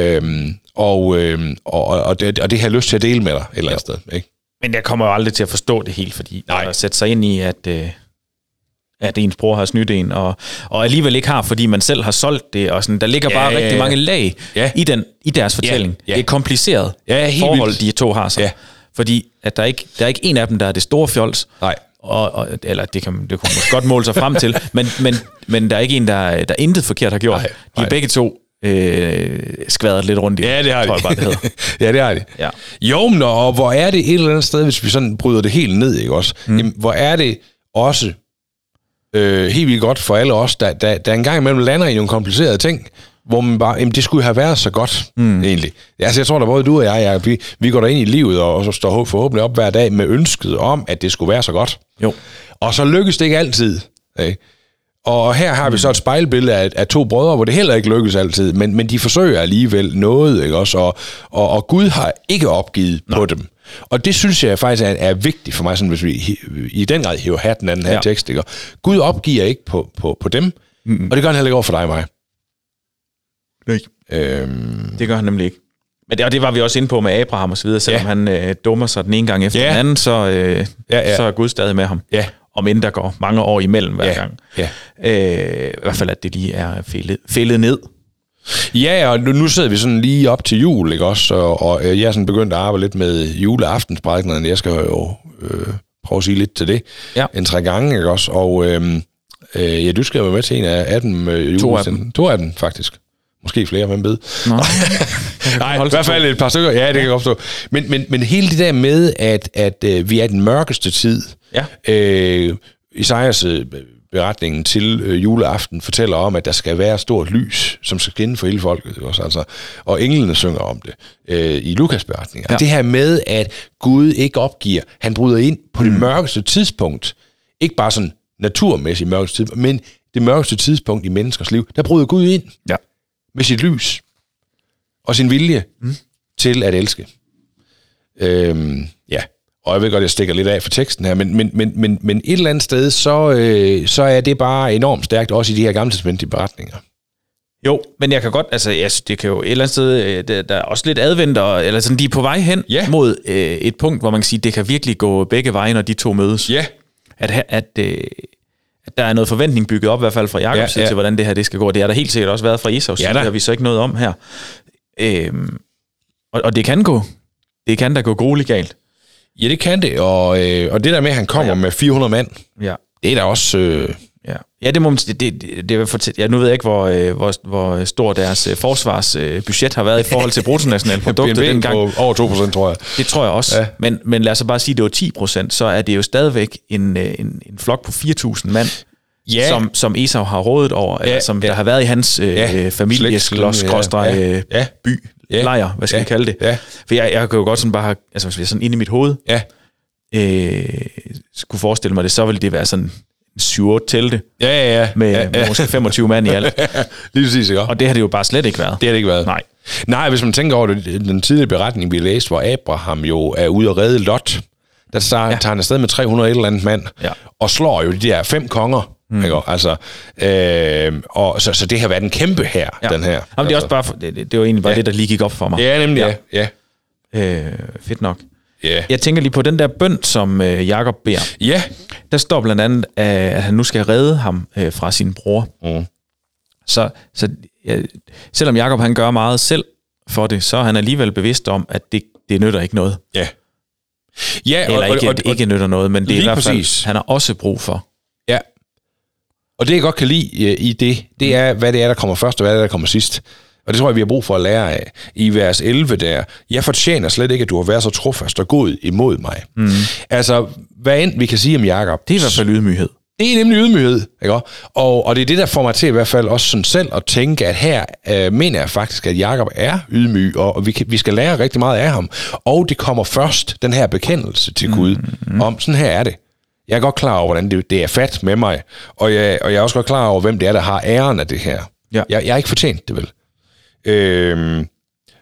Speaker 3: og det har jeg lyst til at dele med dig et eller andet sted. Ikke?
Speaker 2: Men jeg kommer jo aldrig til at forstå det helt, fordi at sætte sig ind i, at ens bror har snydt en, og alligevel ikke har, fordi man selv har solgt det, og sådan, der ligger bare rigtig mange lag i deres fortælling. Ja. Det er kompliceret forhold, vildt. De to har så. Ja. Fordi at der er ikke en af dem, der er det store fjols. Nej. Eller det kunne man godt måle sig frem til, men der er ikke en, der intet forkert har gjort. De er begge to skvadret lidt rundt i.
Speaker 3: Ja, det har de.
Speaker 2: Tror jeg bare, det hedder.
Speaker 3: Ja, det har de. Ja. Jo, men og hvor er det et eller andet sted, hvis vi sådan bryder det helt ned, ikke også? Jamen, hvor er det også helt vildt godt for alle os, der engang imellem lander i nogle komplicerede ting, hvor man bare, jamen det skulle have været så godt, egentlig. Altså jeg tror, der både du og jeg vi går der ind i livet, og så står forhåbentlig op hver dag med ønsket om, at det skulle være så godt. Jo. Og så lykkes det ikke altid. Ikke? Og her har vi så et spejlbillede af to brødre, hvor det heller ikke lykkes altid, men de forsøger alligevel noget, ikke også? Og Gud har ikke opgivet på dem. Og det synes jeg faktisk er vigtigt for mig, sådan, hvis vi i den grad hiver hatten af den her tekst. Ikke? Gud opgiver ikke på dem, og det gør han heller ikke over for dig og mig.
Speaker 2: Det gør han nemlig ikke. Men det var vi også inde på med Abraham og så videre, selvom han dummer sig den ene gang efter den anden, så er Gud stadig med ham. Ja. Om end der går mange år imellem hver gang. Ja. I hvert fald, at det lige er fældet ned.
Speaker 3: Ja, og nu sidder vi sådan lige op til jul, ikke også? Og jeg er sådan begyndt at arbejde lidt med juleaftensprædikenen. Jeg skal jo prøve at sige lidt til det. Ja. 3 gange, ikke også? Og du skal være med til en af dem. 2 af dem, faktisk. Måske flere, hvem ved. Nej, i hvert fald et par stykker. Ja, det kan jeg godt forstå. Men hele det der med, at vi er den mørkeste tid. Ja. Isaias beretningen til juleaften fortæller om, at der skal være stort lys, som skal skinne for hele folket. Også, altså. Og englene synger om det i Lukas beretningen. Ja. Det her med, at Gud ikke opgiver. Han bryder ind på det mørkeste tidspunkt. Ikke bare sådan naturmæssigt mørkeste tidspunkt, men det mørkeste tidspunkt i menneskers liv. Der bryder Gud ind. Ja. Med sit lys og sin vilje til at elske. Og jeg ved godt, jeg stikker lidt af for teksten her, men et eller andet sted, så er det bare enormt stærkt, også i de her gammeltestamentlige beretninger.
Speaker 2: Jo, men jeg kan godt, altså det kan jo et eller andet sted, der er også lidt advent, eller sådan, de er på vej hen mod et punkt, hvor man kan sige, det kan virkelig gå begge veje, når de to mødes. Ja. At der er noget forventning bygget op, i hvert fald fra Jakobs side, til hvordan det her det skal gå. Det har der helt sikkert også været fra Esaus side, det har vi så ikke noget om her. Og det kan gå. Det kan da gå grueligt galt.
Speaker 3: Ja, det kan det, og det der med, at han kommer med 400 mand, det er da også...
Speaker 2: Ja, det må man... nu ved jeg ikke, hvor stor deres forsvarsbudget har været i forhold til bruttonationalproduktet dengang.
Speaker 3: Over 2%, tror jeg.
Speaker 2: Det tror jeg også. Ja. Men lad os bare sige, at det var 10%, så er det jo stadigvæk en flok på 4.000 mand, som Esau har rådet over, eller som der har været i hans by. Lejr, hvad skal vi kalde det? Ja. For jeg kan jo godt sådan bare, altså hvis jeg sådan inde i mit hoved skulle forestille mig det, så ville det være sådan 7-8 telte med måske 25 mand i alt.
Speaker 3: Lige præcis, ikke?
Speaker 2: Og det har det jo bare slet ikke været.
Speaker 3: Det har det ikke været. Nej, hvis man tænker over det, den tidlige beretning, vi læste, hvor Abraham jo er ude at redde Lot, der tager han afsted med 300 et eller andet mand, og slår jo de der 5 konger. Ikke? Altså, og så det har været en kæmpe her, den her.
Speaker 2: Jamen, det er også bare, det var egentlig bare det, der lige gik op for mig.
Speaker 3: Ja, nemlig,
Speaker 2: fedt nok. Yeah. Jeg tænker lige på den der bøn, som Jakob beder. Ja. Der står blandt andet, at han nu skal redde ham fra sin bror. Så selvom Jakob han gør meget selv for det, så er han alligevel bevidst om, at det nytter ikke noget. Ja. Eller ikke nytter noget, men det er i hvert fald, han har også brug for.
Speaker 3: Ja. Og det jeg godt kan lide i det er, hvad det er, der kommer først, og hvad det er, der kommer sidst. Og det tror jeg, vi har brug for at lære af. I vers 11 der, jeg fortjener slet ikke, at du har været så trofast og god imod mig. Altså, hvad end vi kan sige om Jakob.
Speaker 2: Det er i hvert fald ydmyghed.
Speaker 3: Det er nemlig ydmyghed, ikke? Og det er det, der får mig til i hvert fald også sådan selv at tænke, at her mener jeg faktisk, at Jakob er ydmyg, og vi skal lære rigtig meget af ham. Og det kommer først, den her bekendelse til Gud, om sådan her er det. Jeg er godt klar over, hvordan det er fat med mig, og jeg er også godt klar over, hvem det er, der har æren af det her. Ja. Jeg er ikke fortjent det, vel?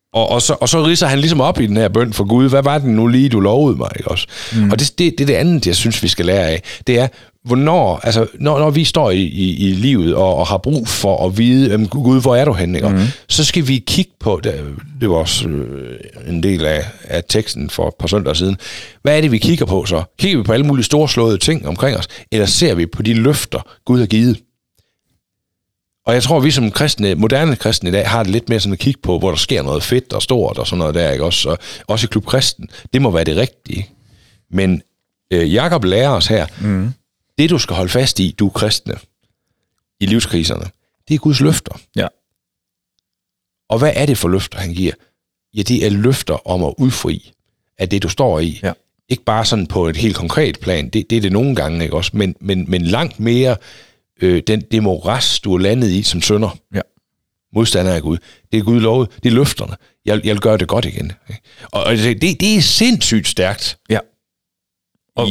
Speaker 3: Og så ridser han ligesom op i den her bøn for Gud. Hvad var det nu lige, du lovede mig? Ikke også? Og det andet, jeg synes, vi skal lære af, det er, hvornår, altså, når vi står i livet og har brug for at vide, Gud, hvor er du henne? Så skal vi kigge på, det var også en del af teksten for et par søndage siden, hvad er det, vi kigger på så? Kigger vi på alle mulige storslåede ting omkring os, eller ser vi på de løfter, Gud har givet? Og jeg tror, vi som kristne, moderne kristne i dag, har det lidt mere sådan at kigge på, hvor der sker noget fedt og stort og sådan noget der, ikke? Også i Klub Kristen. Det må være det rigtige. Men Jakob lærer os her, det du skal holde fast i, du er kristne, i livskriserne, det er Guds løfter.
Speaker 2: Ja.
Speaker 3: Og hvad er det for løfter, han giver? Ja, det er løfter om at udfri af det, du står i. Ja. Ikke bare sådan på et helt konkret plan, det er det nogle gange, ikke også? Men langt mere det moras, du er landet i som synder. Ja. Modstander af Gud. Det er Gud lovet. Det er løfterne. Jeg vil gøre det godt igen. Ikke? Og det er sindssygt stærkt.
Speaker 2: Ja. Og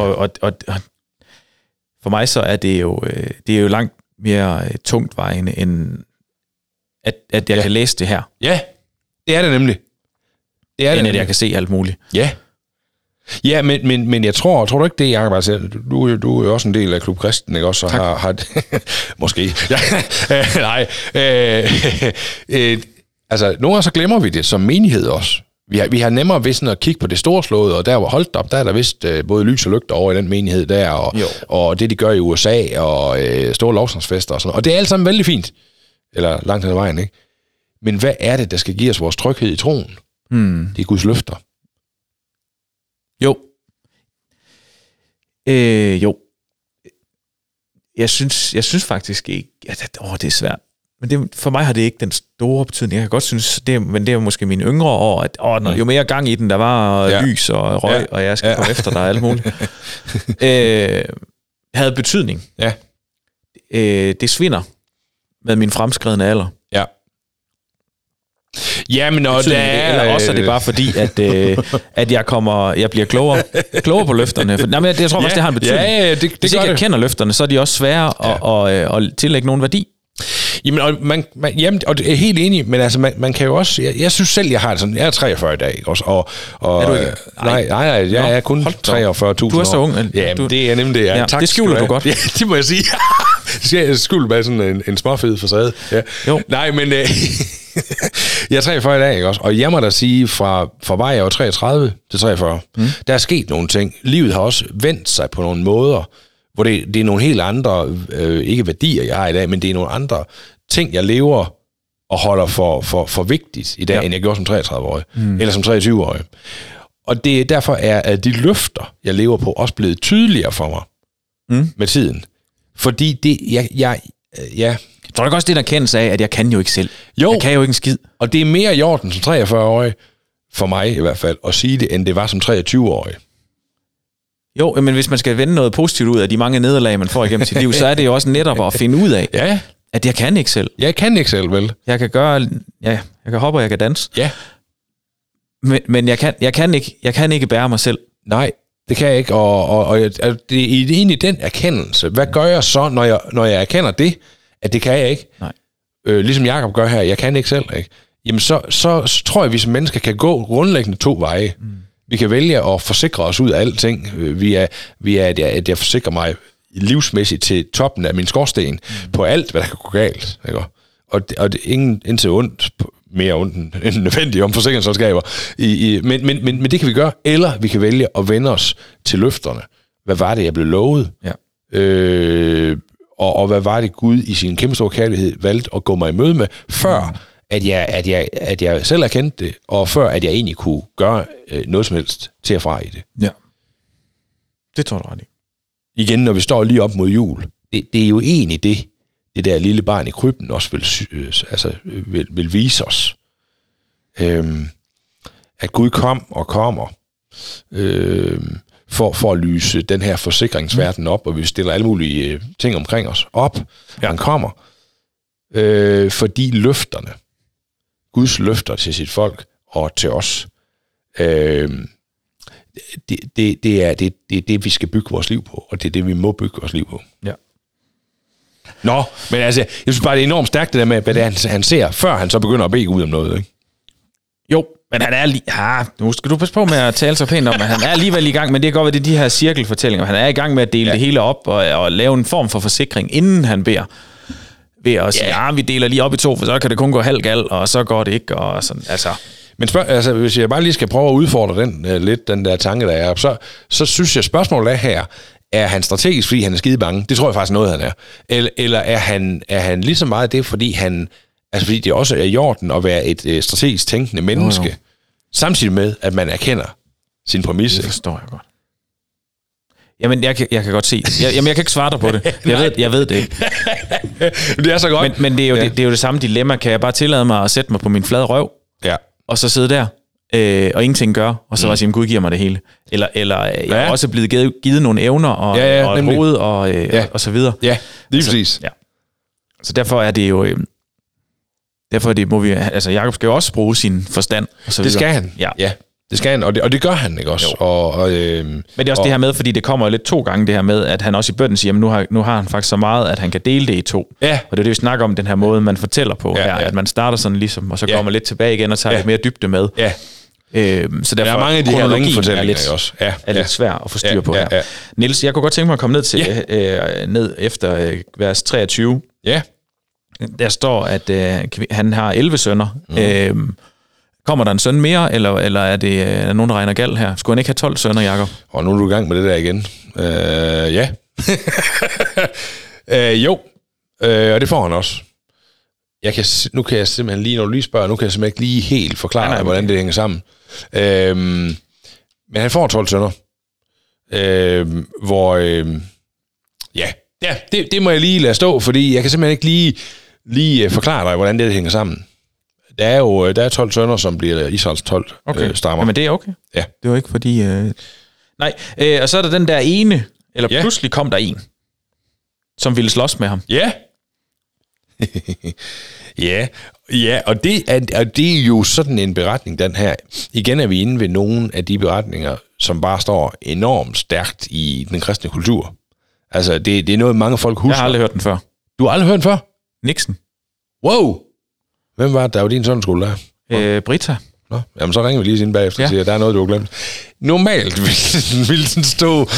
Speaker 2: for mig så er det jo langt mere tungt vejende, end at jeg kan læse det her.
Speaker 3: Ja, det er det nemlig.
Speaker 2: Det er det, at jeg kan se alt muligt.
Speaker 3: Ja. Ja, men jeg tror du ikke det, Jacob? Altså, du er jo også en del af Klub Kristen, ikke også? Har måske. Nej. Altså, nogle gange så glemmer vi det som menighed også. Vi har nemmere ved sådan at kigge på det storslåede, og der hvor holdt op, der er der vist både lys og lygter over i den menighed der, og det de gør i USA, og store lovsangsfester og sådan noget. Og det er alt sammen vældig fint. Eller langt hen ad vejen, ikke? Men hvad er det, der skal give os vores tryghed i troen? Det er Guds løfter.
Speaker 2: Jo. Jo. Jeg synes faktisk ikke, at det er svært. Men for mig har det ikke den store betydning. Jeg kan godt synes, men det er måske mine yngre år, at jo mere gang i den, der var lys og røg, og jeg skal komme efter dig og alt muligt. Havde betydning. Ja. Det svinder med min fremskredne alder. Ja.
Speaker 3: Ja, men
Speaker 2: eller også er det bare fordi, at jeg bliver klogere på løfterne. Jeg tror faktisk, det har en betydning.
Speaker 3: Ja,
Speaker 2: hvis ikke jeg kender løfterne, så er de også svære at tillægge nogen værdi.
Speaker 3: Jamen, og det er helt enig, men altså, man kan jo også, jeg synes selv, jeg har det sådan, jeg er 43 i dag, også, og
Speaker 2: er du ikke?
Speaker 3: Nej, jeg er kun 43.000 år.
Speaker 2: Du er så ung.
Speaker 3: Ja, det er nemlig det.
Speaker 2: Ja, tak, det skjuler du godt.
Speaker 3: Ja, det må jeg sige. Jeg skjuler bare sådan en småfed facade. Ja. Jo. Nej, men jeg er 43 i dag, ikke også? Og jeg må da sige, fra var jeg var 33 til 43, der er sket nogle ting. Livet har også vendt sig på nogle måder, hvor det er nogle helt andre, ikke værdier, jeg har i dag, men det er nogle andre ting, jeg lever og holder for vigtigt i dag, end jeg gjorde som 33-årig, eller som 23-årig. Og det er derfor at de løfter, jeg lever på, også blevet tydeligere for mig med tiden. Fordi det, jeg
Speaker 2: tror du ikke også det, der kendes af, at jeg kan jo ikke selv? Jo. Jeg kan jo ikke en skid.
Speaker 3: Og det er mere i orden som 43-årig, for mig i hvert fald, at sige det, end det var som 23-årig.
Speaker 2: Jo, men hvis man skal vende noget positivt ud af de mange nederlag, man får igennem sit liv, så er det jo også netop at finde ud af, at jeg kan ikke selv.
Speaker 3: Jeg kan ikke selv, vel?
Speaker 2: Jeg kan gøre, jeg kan hoppe, og jeg kan danse. Ja. Men jeg kan ikke bære mig selv.
Speaker 3: Nej, det kan jeg ikke, og det er egentlig den erkendelse. Hvad gør jeg så, når jeg erkender det, at det kan jeg ikke? Nej. Ligesom Jakob gør her, jeg kan ikke selv, ikke? Jamen så tror jeg, vi som mennesker kan gå grundlæggende 2 veje. Vi kan vælge at forsikre os ud af alting. Vi er at jeg forsikrer mig livsmæssigt til toppen af min skorsten på alt, hvad der kan gå galt. Ikke? Og det er ingen indtil ondt, mere ondt end nødvendigt om forsikringsselskaber. Men det kan vi gøre. Eller vi kan vælge at vende os til løfterne. Hvad var det, jeg blev lovet? Ja. Og hvad var det, Gud i sin kæmpe store kærlighed valgte at gå mig i møde med, før at jeg selv erkendte det, og før at jeg egentlig kunne gøre noget som helst til at fra i det. Ja.
Speaker 2: Det tror du ret i.
Speaker 3: Igen, når vi står lige op mod jul, det er jo egentlig det der lille barn i krybben også vil vise os. At Gud kom og kommer for at lyse den her forsikringsverden op, og vi stiller alle mulige ting omkring os op. Ja. Han kommer, fordi løfterne, Guds løfter til sit folk og til os, det er det, vi skal bygge vores liv på, og det er det, vi må bygge vores liv på. Ja. Nå, men altså, jeg synes bare, det er enormt stærkt det der med, hvad det er, han ser, før han så begynder at bede Gud om noget, ikke?
Speaker 2: Jo, men han er lige... nu skal du passe på med at tale så pænt om, at han er alligevel i gang, men det kan godt være, det er de her cirkelfortællinger. Han er i gang med at dele det hele op og lave en form for forsikring, inden han beder. Ved at sige, vi deler lige op i 2, for så kan det kun gå halv gal, og så går det ikke, og sådan, altså...
Speaker 3: Men hvis jeg bare lige skal prøve at udfordre den der tanke, der er, så synes jeg, spørgsmålet er her, er han strategisk, fordi han er skide bange? Det tror jeg faktisk noget, han er. Eller er han lige så meget det, fordi han... Altså fordi det også er i orden at være et strategisk tænkende menneske, jo. Samtidig med, at man erkender sin præmisse.
Speaker 2: Det forstår jeg godt. Jamen, jeg kan godt se. Jeg kan ikke svare dig på det. Jeg ved det ikke.
Speaker 3: Det er så godt.
Speaker 2: Men det er jo, det er jo det samme dilemma. Kan jeg bare tillade mig at sætte mig på min flade røv, og så sidde der, og ingenting gøre, og så bare sige, Gud giver mig det hele. Eller jeg er også blevet givet nogle evner, og et hoved, og så videre. Ja,
Speaker 3: lige præcis.
Speaker 2: Ja. Så derfor er det jo... må vi... Altså, Jakob skal jo også bruge sin forstand, og så videre.
Speaker 3: Det skal han. Ja. Det skal han, og det gør han, ikke også? Men
Speaker 2: det er også det her med, fordi det kommer jo lidt 2 gange, det her med, at han også i bønnen siger, jamen nu har han faktisk så meget, at han kan dele det i 2. Ja. Og det er det, vi snakker om, den her måde, man fortæller på her, at man starter sådan ligesom, og så går man lidt tilbage igen og tager lidt mere dybde med. Ja. Så derfor
Speaker 3: er mange af de her ringefortællinger også.
Speaker 2: Er lidt svært at få styr på her. Niels, jeg kunne godt tænke mig at komme ned til ned efter vers 23. Ja. Der står, at han har 11 sønner. Kommer der en søn mere, eller er det nogen, der regner galt her? Skulle han ikke have 12 sønner, Jakob?
Speaker 3: Og nu er du i gang med det der igen. Ja. Jo. Og det får han også. Nu kan jeg simpelthen lige, når du lige spørger, nu kan jeg simpelthen ikke lige helt forklare, hvordan det hænger sammen. Men han får 12 sønner. Det må jeg lige lade stå, fordi jeg kan simpelthen ikke lige forklare dig, hvordan det hænger sammen. Der er 12 sønner, som bliver Israels 12 stammer.
Speaker 2: Jamen det er okay. Ja. Det var ikke fordi... Nej, og så er der den der ene, eller pludselig kom der en, som ville slås med ham.
Speaker 3: Ja. Og det er jo sådan en beretning, den her. Igen er vi inde ved nogle af de beretninger, som bare står enormt stærkt i den kristne kultur. Altså, det er noget, mange folk husker.
Speaker 2: Jeg har aldrig hørt den før.
Speaker 3: Du har aldrig hørt den før?
Speaker 2: Nixon.
Speaker 3: Wow! Hvem var det, der var din søndagsskole der?
Speaker 2: Brita.
Speaker 3: Nå, jamen så ringer vi lige ind bagefter og siger, at der er noget, du har glemt. Normalt vil den stå...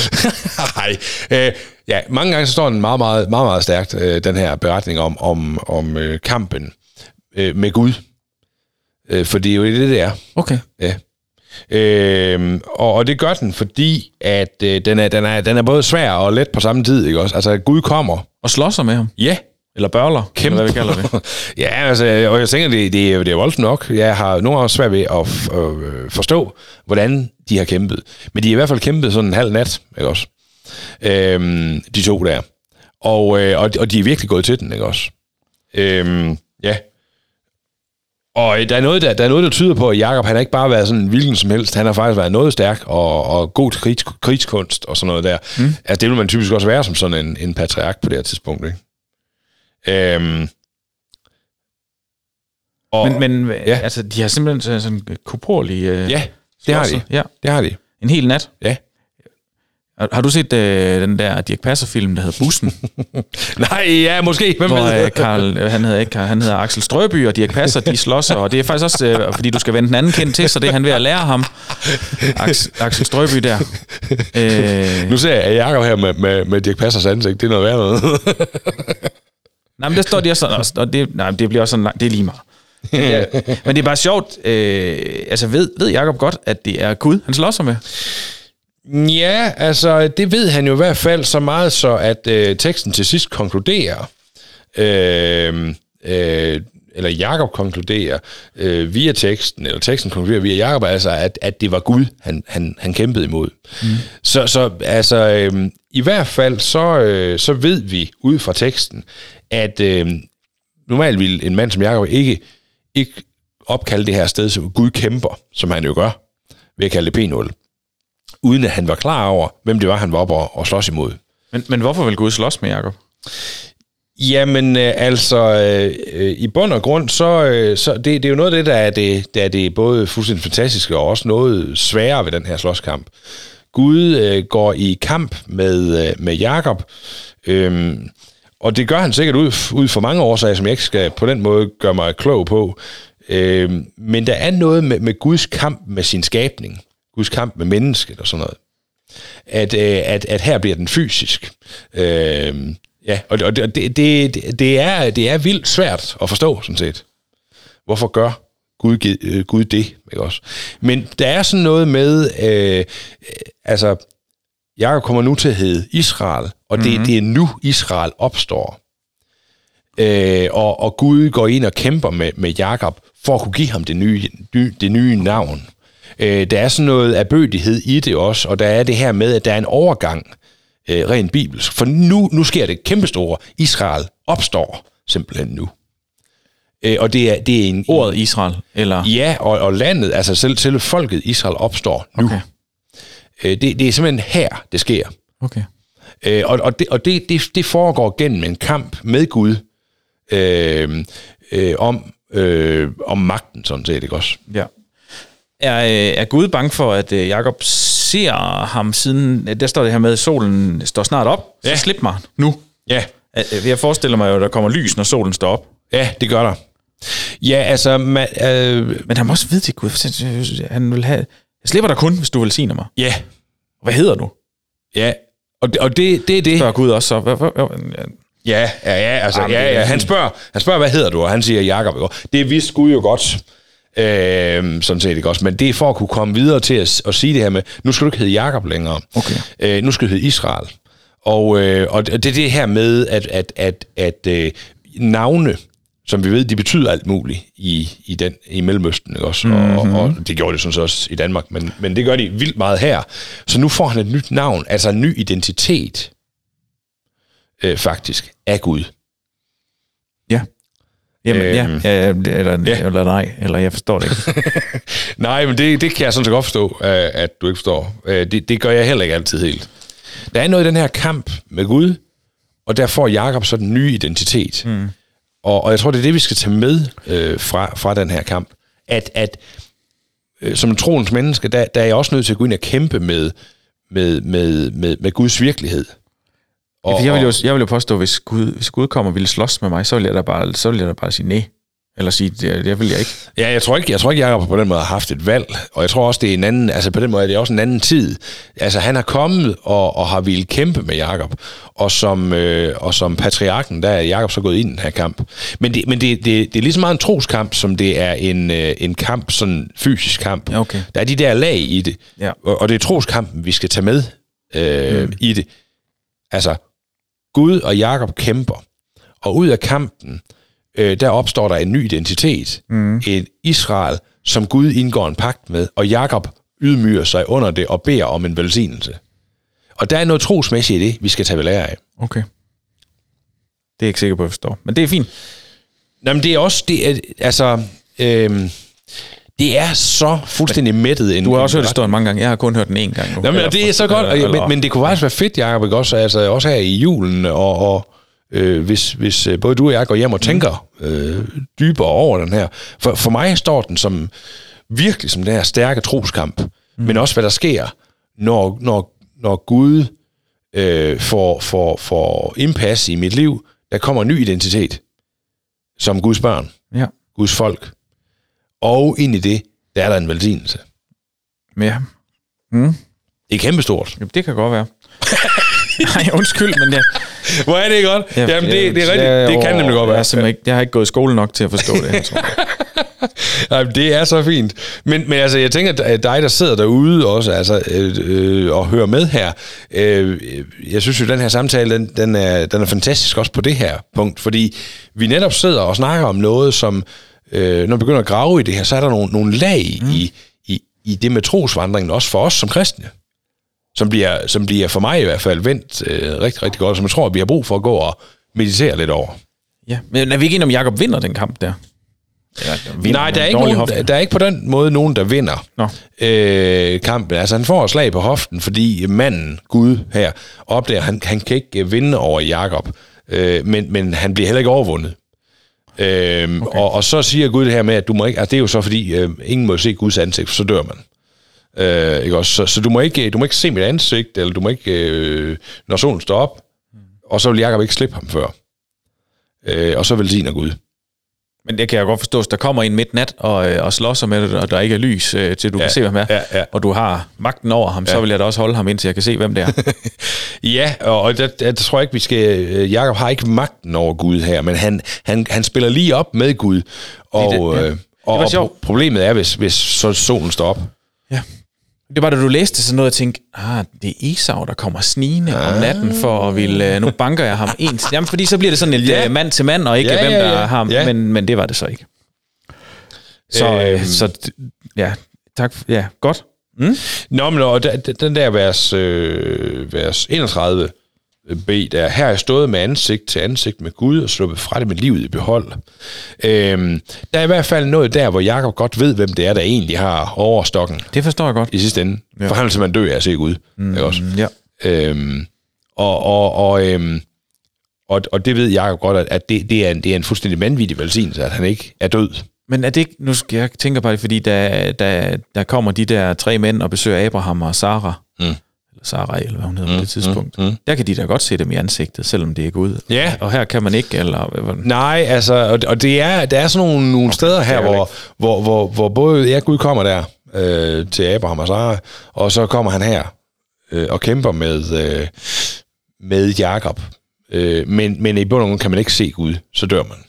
Speaker 3: Nej. Mange gange så står den meget, meget, meget, meget stærkt, den her beretning om kampen med Gud. For det er jo det er.
Speaker 2: Okay.
Speaker 3: Ja. Og det gør den, fordi at den er både svær og let på samme tid, ikke også? Altså, Gud kommer.
Speaker 2: Og slår sig med ham.
Speaker 3: Ja.
Speaker 2: Eller børler,
Speaker 3: eller hvad vi kalder det. Ja, altså, og jeg tænker, det er voldsomt nok. Jeg har nogle gange svært ved at forstå, hvordan de har kæmpet. Men de har i hvert fald kæmpet sådan en halv nat, ikke også? De 2 der. Og de er virkelig gået til den, ikke også? Ja. Og der er noget, der tyder på, at Jakob, han har ikke bare været sådan en hvilken som helst. Han har faktisk været noget stærk og god til krigskunst og sådan noget der. Altså, det vil man typisk også være som sådan en patriark på det her tidspunkt, ikke?
Speaker 2: Altså, de har simpelthen sådan korporlige...
Speaker 3: ja, det har de.
Speaker 2: Ja.
Speaker 3: Det har de.
Speaker 2: En hel nat.
Speaker 3: Ja.
Speaker 2: Har du set den der Dirch Passer-film, der hedder Bussen?
Speaker 3: Nej, ja, måske.
Speaker 2: Hvem ved? Han hedder Axel Strøby, og Dirch Passer, de slås, og det er faktisk også, fordi du skal vende den anden kind til, så det er han ved at lære ham. Axel Strøby der.
Speaker 3: Nu ser jeg Jakob her med Dirch Passers ansigt. Det er noget værd noget.
Speaker 2: Nej, men der står de også sådan, og det bliver også sådan langt, det er lige meget. Men det er bare sjovt, altså ved Jakob godt, at det er Gud, han slår sig med?
Speaker 3: Ja, altså det ved han jo i hvert fald så meget, så at teksten til sidst konkluderer, eller Jakob konkluderer via teksten, eller teksten konkluderer via Jakob, altså at det var Gud, han kæmpede imod. Så altså i hvert fald så ved vi ud fra teksten, at normalt vil en mand som Jakob ikke opkalde det her sted som Gud kæmper, som han jo gør, ved at kalde det P0, uden at han var klar over, hvem det var, han var oppe og slås imod.
Speaker 2: Men hvorfor vil Gud slås med Jakob?
Speaker 3: Jamen, i bund og grund, så det er jo noget af det, der er det både fuldstændig fantastiske og også noget sværere ved den her slåskamp. Gud går i kamp med Jakob, og det gør han sikkert ud for mange årsager, som jeg ikke skal på den måde gøre mig klog på Men der er noget med Guds kamp med sin skabning, Guds kamp med mennesket og sådan noget, at her bliver den fysisk. Og det er vildt svært at forstå, sådan set. Hvorfor gør Gud det, ikke også? Men der er sådan noget med, Jakob kommer nu til at hedde Israel, og det er nu Israel opstår. Og Gud går ind og kæmper med Jakob for at kunne give ham det nye navn. Der er sådan noget ærbødighed i det også, og der er det her med, at der er en overgang rent bibelsk. For nu sker det kæmpestore. Israel opstår simpelthen nu. Og det er en...
Speaker 2: Ordet Israel, eller? Ja,
Speaker 3: og landet, altså selv folket Israel opstår nu. Okay. Det er simpelthen her, det sker.
Speaker 2: Okay.
Speaker 3: Og det foregår gennem en kamp med Gud om magten, sådan set, ikke også?
Speaker 2: Ja. Er Gud bange for, at Jakob ser ham siden... Der står det her med, at solen står snart op, så slip mig nu.
Speaker 3: Ja.
Speaker 2: Jeg forestiller mig jo, at der kommer lys, når solen står op.
Speaker 3: Ja, det gør der. Ja, altså...
Speaker 2: Men han må også vide til Gud, han vil have... Jeg slipper dig kun, hvis du velsigner mig.
Speaker 3: Ja.
Speaker 2: Hvad hedder du?
Speaker 3: Ja, og det er det.
Speaker 2: Spørger Gud også så.
Speaker 3: Han spørger, hvad hedder du? Og han siger Jakob. Det vidste Gud jo godt. Sådan set ikke også. Men det er for at kunne komme videre til at sige det her med, nu skal du ikke hedde Jakob længere.
Speaker 2: Okay. Nu
Speaker 3: skal du hedde Israel. Og det er det her med, at navne, som vi ved, de betyder alt muligt i Mellemøsten, ikke også? Mm-hmm. Og det gjorde det sådan så også i Danmark, men det gør de vildt meget her. Så nu får han et nyt navn, altså en ny identitet, faktisk, af Gud.
Speaker 2: Ja. Jamen, eller nej, eller jeg forstår det ikke.
Speaker 3: Nej, men det kan jeg sådan så godt forstå, at du ikke forstår. Det gør jeg heller ikke altid helt. Der er noget i den her kamp med Gud, og der får Jakob så den nye identitet. Mm. Og jeg tror, det er det, vi skal tage med fra den her kamp. At som troens menneske, der er jeg også nødt til at gå ind og kæmpe med Guds virkelighed.
Speaker 2: Jeg vil jo påstå, hvis Gud kommer og ville slås med mig, så vil jeg da bare sige nej. Eller sige, det vil jeg ikke.
Speaker 3: Ja, jeg tror ikke, Jakob på den måde har haft et valg. Og jeg tror også, det er en anden, altså på den måde er det også en anden tid. Altså han har kommet og har ville kæmpe med Jakob. Og som patriarken, der er Jakob så gået ind i den her kamp. Men det er lige så meget en troskamp, som det er en kamp, sådan fysisk kamp.
Speaker 2: Okay. Der
Speaker 3: er de der lag i det. Ja. Og det er troskampen, vi skal tage med i det. Altså, Gud og Jakob kæmper. Og ud af kampen, der opstår der en ny identitet. Et Israel, som Gud indgår en pagt med, og Jakob ydmyger sig under det og beder om en velsignelse. Og der er noget trosmæssigt i det, vi skal tage ved lære af.
Speaker 2: Okay. Det er jeg ikke sikker på, at jeg forstår. Men det er fint.
Speaker 3: Jamen, det er også... det er så fuldstændig mættet.
Speaker 2: Du har også hørt historien mange gange. Jeg har kun hørt den en gang nu.
Speaker 3: Jamen, det er så godt. Men det kunne faktisk være fedt, Jacob, ikke også? Altså, også her i julen, og hvis både du og jeg går hjem og tænker dybere over den her. For mig står den som virkelig som den her stærke troskamp, men også hvad der sker, når Gud får indpas i mit liv. Der kommer en ny identitet som Guds børn, Guds folk. Og ind i det, der er der en velsignelse.
Speaker 2: Ja.
Speaker 3: Det er kæmpestort.
Speaker 2: Jamen, det kan godt være. Nej, undskyld, men ja.
Speaker 3: Hvor er det godt? Jamen, det er rigtigt. Det kan nemlig godt være.
Speaker 2: Jeg har ikke gået i skole nok til at forstå det her, tror jeg.
Speaker 3: Nej, det er så fint. Men altså, jeg tænker, at dig, der sidder derude også, altså, og hører med her, jeg synes jo, den her samtale, den er fantastisk også på det her punkt, fordi vi netop sidder og snakker om noget, som, når vi begynder at grave i det her, så er der nogle lag i det med trosvandringen, også for os som kristne, som bliver for mig i hvert fald vendt rigtig, rigtig godt, som jeg tror, vi har brug for at gå og meditere lidt over. Ja,
Speaker 2: men er vi ikke enige om, Jakob vinder den kamp der?
Speaker 3: Nej, der er ikke på den måde nogen, der vinder kampen. Altså, han får et slag på hoften, fordi manden, Gud her, opdager, han kan ikke vinde over Jakob, men han bliver heller ikke overvundet. Okay. Og så siger Gud det her med, at du må ikke, altså det er jo så fordi, ingen må se Guds ansigt, så dør man. Ikke også? Så du må ikke se mit ansigt, eller du må ikke, når solen står op, og så vil Jakob ikke slippe ham før. Og så velsigner Gud.
Speaker 2: Men det kan jeg godt forstå, at der kommer en midt nat og slår sig med det, og der ikke er lys, til du kan se, hvem er, og du har magten over ham, så vil jeg da også holde ham, indtil jeg kan se, hvem det er.
Speaker 3: Ja, og der tror jeg ikke, vi skal... Jakob har ikke magten over Gud her, men han spiller lige op med Gud, og problemet er, hvis så solen står op.
Speaker 2: Ja. Det var da du læste sådan noget og tænkte, det er Esau, der kommer snigende om natten for at ville, nu banker jeg ham en. Jamen, fordi så bliver det sådan et mand til mand, og ikke hvem der er ham, men det var det så ikke. Så tak. Ja, godt.
Speaker 3: Nå, men den der vers 31 B, der her er stået med ansigt til ansigt med Gud og sluppet fra det med livet i behold. Der er i hvert fald noget der, hvor Jakob godt ved, hvem det er, der egentlig har overstokken.
Speaker 2: Det forstår jeg godt.
Speaker 3: I sidste ende. Ja. For han vil simpelthen dø af at se Gud. Ikke også?
Speaker 2: Ja.
Speaker 3: Og det ved Jakob godt, at det er en fuldstændig vanvittig velsignelse, at han ikke er død.
Speaker 2: Men er det ikke, nu skal jeg tænke på det, fordi der kommer de der 3 mænd og besøger Abraham og Sara, eller Sarai, eller hvad hun hedder på det tidspunkt. Der kan de da godt se dem i ansigtet, selvom det er Gud.
Speaker 3: Ja.
Speaker 2: Og her kan man ikke, eller...
Speaker 3: Nej, altså, og der er sådan nogle steder her, hvor både Gud kommer der til Abraham og Sara, og så kommer han her og kæmper med Jakob. Men i bund og grund kan man ikke se Gud, så dør man.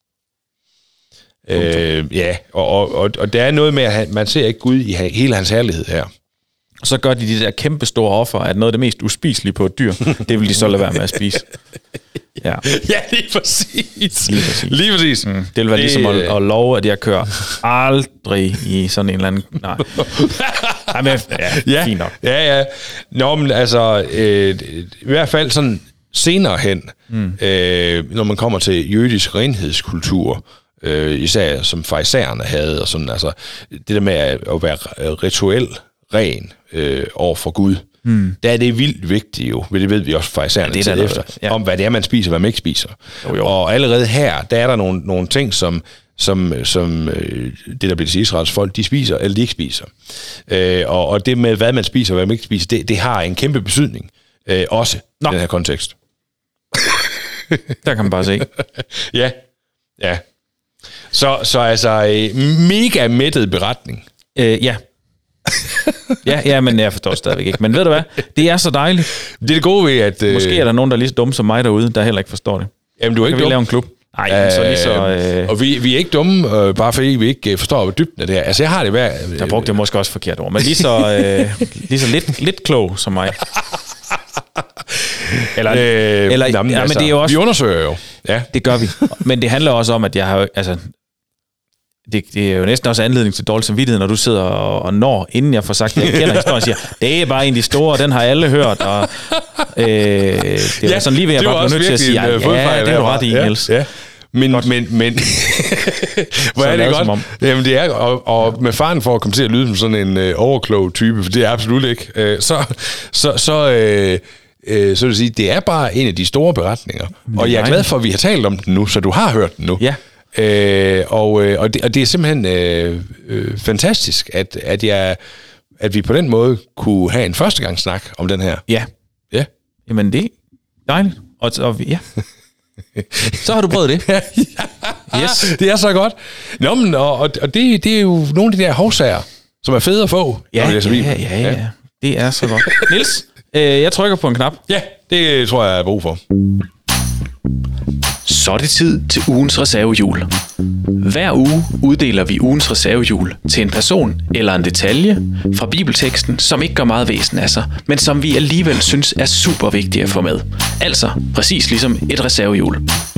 Speaker 3: Og der er noget med, at man ser ikke Gud i hele hans herlighed her.
Speaker 2: Og så gør de der kæmpe store offer, at noget af det mest uspiselige på et dyr, det vil de så lade være med at spise. Ja,
Speaker 3: lige præcis. Lige præcis.
Speaker 2: Det vil være ligesom at love, at jeg kører aldrig i sådan en eller anden... Nej. Men, fint nok.
Speaker 3: Ja. Nå, men altså, i hvert fald sådan senere hen, når man kommer til jødisk renhedskultur, især som farisæerne havde, og sådan, altså, det der med at være rituel ren over for Gud, der er det vildt vigtigt jo, det ved vi også farisæerne til efter, om hvad det er, man spiser, hvad man ikke spiser. Jo. Og allerede her, der er der nogle ting, som det, der bliver til Israels folk, de spiser, eller de ikke spiser. Og det med, hvad man spiser, hvad man ikke spiser, det har en kæmpe betydning, også i den her kontekst.
Speaker 2: Der kan man bare se.
Speaker 3: Ja. Så altså, mega mættet beretning.
Speaker 2: Ja. Ja, men jeg forstår stadigvæk ikke. Men ved du hvad? Det er så dejligt.
Speaker 3: Det er det gode ved, at...
Speaker 2: Måske er der nogen, der er lige så dumme som mig derude, der heller ikke forstår det.
Speaker 3: Jamen, du er ikke dum.
Speaker 2: Kan vi lave en klub? Nej, så lige så...
Speaker 3: Og vi er ikke dumme, bare fordi vi ikke forstår dybden af det her. Altså, jeg har det værd...
Speaker 2: Der brugte jeg måske også forkert ord, men lige så lidt klog som mig. Men det er jo også...
Speaker 3: Vi undersøger jo. Ja.
Speaker 2: Det gør vi. Men det handler også om, at jeg har... Altså, det er jo næsten også anledning til dårlig samvittighed, når du sidder og når, inden jeg får sagt, at jeg kender historien, siger, det er bare en af de store, den har alle hørt, og det er sådan lige ved, at jeg bare bliver nødt til at sige, det er du ret i, Niels. Ja.
Speaker 3: Men hvor er det godt? Jamen det er, og med faren for at komme til at lyde som sådan en overklog type, for det er absolut ikke, så vil sige, det er bare en af de store beretninger, og jeg er glad for, at vi har talt om den nu, så du har hørt den nu.
Speaker 2: Ja.
Speaker 3: Og det er simpelthen fantastisk, at vi på den måde kunne have en førstegangssnak om den her.
Speaker 2: Ja. Jamen det er dejligt. Og ja. Så har du prøvet det.
Speaker 3: Yes. Det er så godt. Nå, men, og det er jo nogle af de der hovsager, som er fede at få.
Speaker 2: Ja. Det er så godt. Niels, jeg trykker på en knap.
Speaker 3: Ja, det tror jeg, jeg er brug for.
Speaker 2: Så er det tid til ugens reservehjul. Hver uge uddeler vi ugens reservehjul til en person eller en detalje fra bibelteksten, som ikke gør meget væsen af sig, men som vi alligevel synes er super vigtige at få med. Altså præcis ligesom et reservehjul.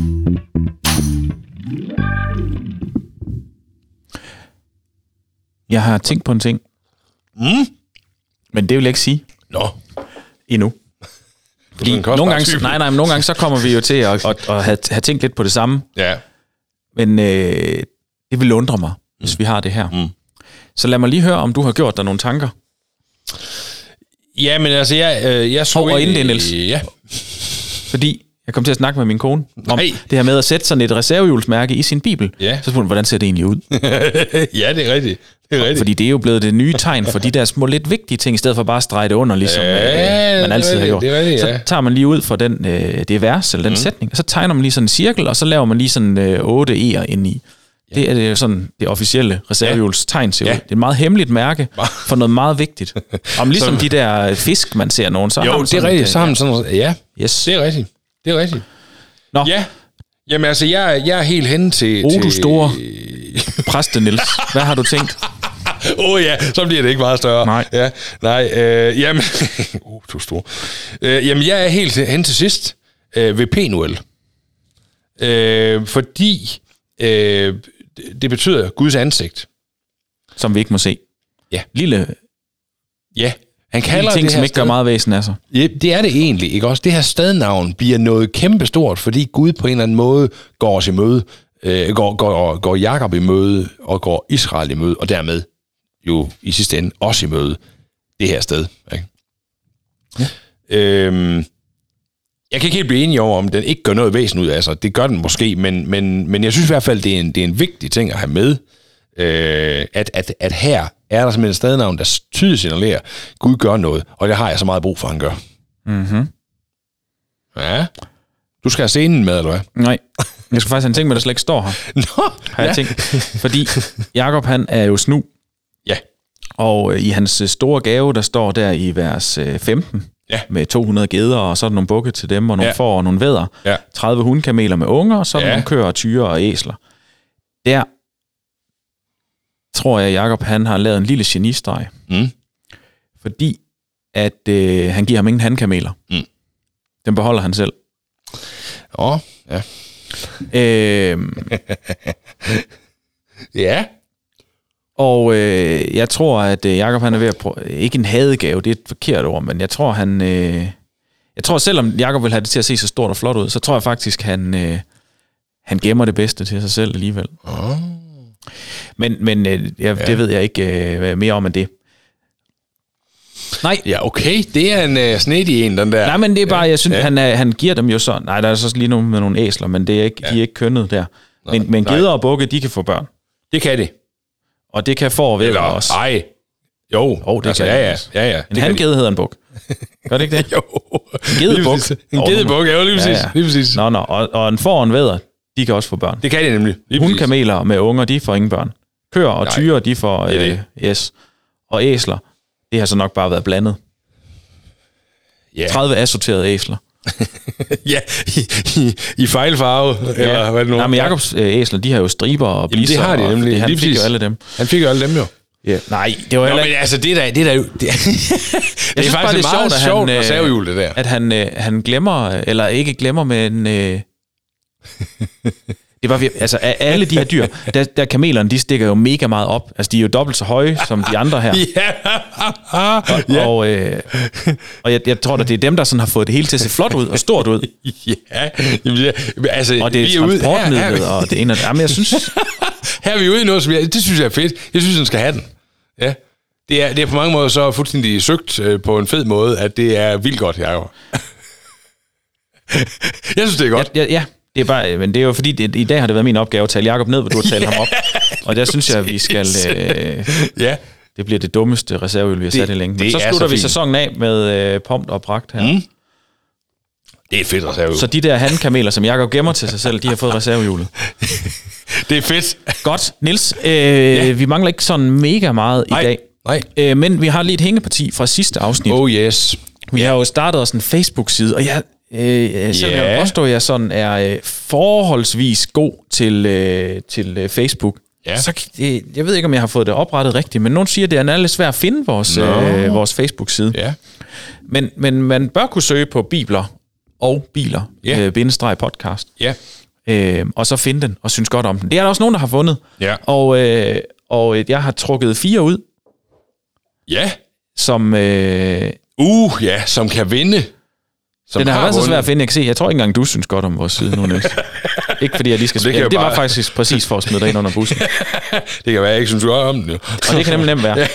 Speaker 2: Jeg har tænkt på en ting. Men det vil jeg ikke sige. Endnu. Fordi nogle gange så kommer vi jo til at have tænkt lidt på det samme.
Speaker 3: Ja.
Speaker 2: Men det vil undre mig, hvis vi har det her. Så lad mig lige høre, om du har gjort dig nogle tanker.
Speaker 3: Ja, men altså, jeg så...
Speaker 2: Og inden det, Niels.
Speaker 3: Ja.
Speaker 2: Fordi jeg kom til at snakke med min kone om det her med at sætte sådan et reservehjulsmærke i sin bibel. Ja. Så spurgte hun, hvordan ser det egentlig ud?
Speaker 3: Ja, det er rigtigt.
Speaker 2: Fordi det er jo blevet det nye tegn for de der små lidt vigtige ting, i stedet for bare at strege det under, ligesom man altid har gjort. Så tager man lige ud for det vers, eller den sætning, og så tegner man lige sådan en cirkel, og så laver man lige sådan 8 E'er ind i. Det er sådan det officielle reservehjulstegn ser ud. Det er et meget hemmeligt mærke for noget meget vigtigt. Om ligesom de der fisk, man ser nogen, så
Speaker 3: jo, det er rigtigt. Sammen sådan, ja, yes. Det er rigtigt. Det er rigtigt.
Speaker 2: Nå.
Speaker 3: Ja. Jamen altså, jeg er helt hen til...
Speaker 2: du store præste, Niels. Hvad har du tænkt?
Speaker 3: Så bliver det ikke meget større.
Speaker 2: Nej.
Speaker 3: Ja, jamen... du er stor. Jamen, jeg er helt hen til sidst ved Penuel. Fordi det betyder Guds ansigt.
Speaker 2: Som vi ikke må se.
Speaker 3: Ja.
Speaker 2: Lille...
Speaker 3: Ja. Han kalder
Speaker 2: ting,
Speaker 3: det
Speaker 2: som ikke gør meget væsen af sig.
Speaker 3: Ja, det er det egentlig, ikke også? Det her stednavn bliver noget kæmpestort, fordi Gud på en eller anden måde går os i møde, går Jakob i møde, og går Israel i møde, og dermed jo i sidste ende også i møde det her sted. Ikke? Ja. Jeg kan ikke helt blive enig over, om den ikke gør noget væsen ud af sig. Det gør den måske, men jeg synes i hvert fald, det er en vigtig ting at have med, at her er der simpelthen et stednavn, der tydeligt signalerer, at Gud gør noget, og det har jeg så meget brug for, at han gør.
Speaker 2: Mhm.
Speaker 3: Ja. Du skal have scenen med, eller hvad?
Speaker 2: Nej. Jeg skal faktisk have en ting med, der slet ikke står her.
Speaker 3: Nå,
Speaker 2: har jeg tænkt. Fordi Jakob, han er jo snu.
Speaker 3: Ja.
Speaker 2: Og i hans store gave, der står der i vers 15, med 200 geder, og så er der nogle bukke til dem, og nogle får og nogle vædder. Ja. 30 hundkameler med unger, og så er der nogle køer, tyre og æsler. Der tror jeg, Jakob, han har lavet en lille genistreg. Fordi at han giver ham ingen handkameler. Den beholder han selv.
Speaker 3: Ja. Ja.
Speaker 2: Og jeg tror, at Jakob, han er ved at ikke en hadegave, det er et forkert ord, men jeg tror, jeg tror, selvom Jakob vil have det til at se så stort og flot ud, så tror jeg faktisk, han gemmer det bedste til sig selv alligevel. Men det ved jeg ikke mere om end det. Nej.
Speaker 3: Ja, okay. Det er en snedig en, den der.
Speaker 2: Nej, men det er bare, jeg synes, han giver dem jo så... Nej, der er så lige nu med nogle æsler, men det er ikke, de er ikke kønnet der. Men geder og bukke, de kan få børn.
Speaker 3: Det kan de.
Speaker 2: Og det kan få vædder også.
Speaker 3: Nej. Jo,
Speaker 2: det altså, kan
Speaker 3: ja.
Speaker 2: En handgede hedder en buk. Gør det ikke det?
Speaker 3: Jo.
Speaker 2: En gedebuk.
Speaker 3: En gedebuk, ja, lige præcis.
Speaker 2: Nå, og en får og en vædder, de kan også få børn.
Speaker 3: Det kan de nemlig.
Speaker 2: Hundkameler med unger, de får ingen børn. Køer og tyre, de får... yes. Og æsler, det har så nok bare været blandet. 30 assorterede æsler.
Speaker 3: Ja, i fejlfarve, eller hvad det nu?
Speaker 2: Nej, men Jakobs æsler, de har jo striber og blisser.
Speaker 3: Det har de nemlig.
Speaker 2: Han fik jo alle dem.
Speaker 3: Han fik jo alle dem jo.
Speaker 2: Ja. Nej, det var heller ikke...
Speaker 3: men altså, det er jo... Det er faktisk meget sjovt reservehjul, det der.
Speaker 2: At han glemmer, eller ikke glemmer, men... Det var altså af alle de her dyr, der kamelerne, de stikker jo mega meget op. Altså de er jo dobbelt så høje som de andre her. Og jeg tror da det er dem, der sådan har fået det hele til at se flot ud og stort ud.
Speaker 3: Altså
Speaker 2: og det er transportmidlet og det ene. Jamen jeg synes
Speaker 3: her er vi ude i noget, som det synes jeg er fedt. Jeg synes den skal have den. Ja. Det er på mange måder så fuldstændig søgt på en fed måde, at det er vildt godt, Jacob. Jeg synes det er godt.
Speaker 2: Ja. Det er bare, men det er jo fordi, i dag har det været min opgave at tale Jakob ned, hvor du har talt ham op. Og der synes jeg, at vi skal... Det bliver det dummeste reservehjul, vi har sat i længe. Men så slutter vi sæsonen af med pomp og pragt her.
Speaker 3: Det er et fedt reservehjul.
Speaker 2: Så de der handkameler, som Jakob gemmer til sig selv, de har fået reservehjulet.
Speaker 3: Det er fedt.
Speaker 2: Godt. Niels, vi mangler ikke sådan mega meget i dag.
Speaker 3: Nej.
Speaker 2: Men vi har lige et hængeparti fra sidste afsnit.
Speaker 3: Oh yes.
Speaker 2: Vi har jo startet os en Facebook-side, og jeg jeg påstår, at jeg sådan er forholdsvis god til Facebook. Ja. Så, jeg ved ikke, om jeg har fået det oprettet rigtigt, men nogen siger, at det er lidt svært at finde vores Facebook-side. Ja. Men man bør kunne søge på Bibler og Biler, _podcast. Ja. Og så finde den, og synes godt om den. Det er der også nogen, der har fundet. Ja. Og jeg har trukket 4 ud.
Speaker 3: Ja.
Speaker 2: Som...
Speaker 3: som kan vinde.
Speaker 2: Den har været så svært at finde, jeg kan se. Jeg tror ikke engang, du synes godt om vores side nu, Niels. Ikke fordi jeg lige skal spille. Det var faktisk præcis for at smide dig ind under bussen.
Speaker 3: Det kan være, jeg ikke synes godt om det.
Speaker 2: Og det kan nemlig nemt være.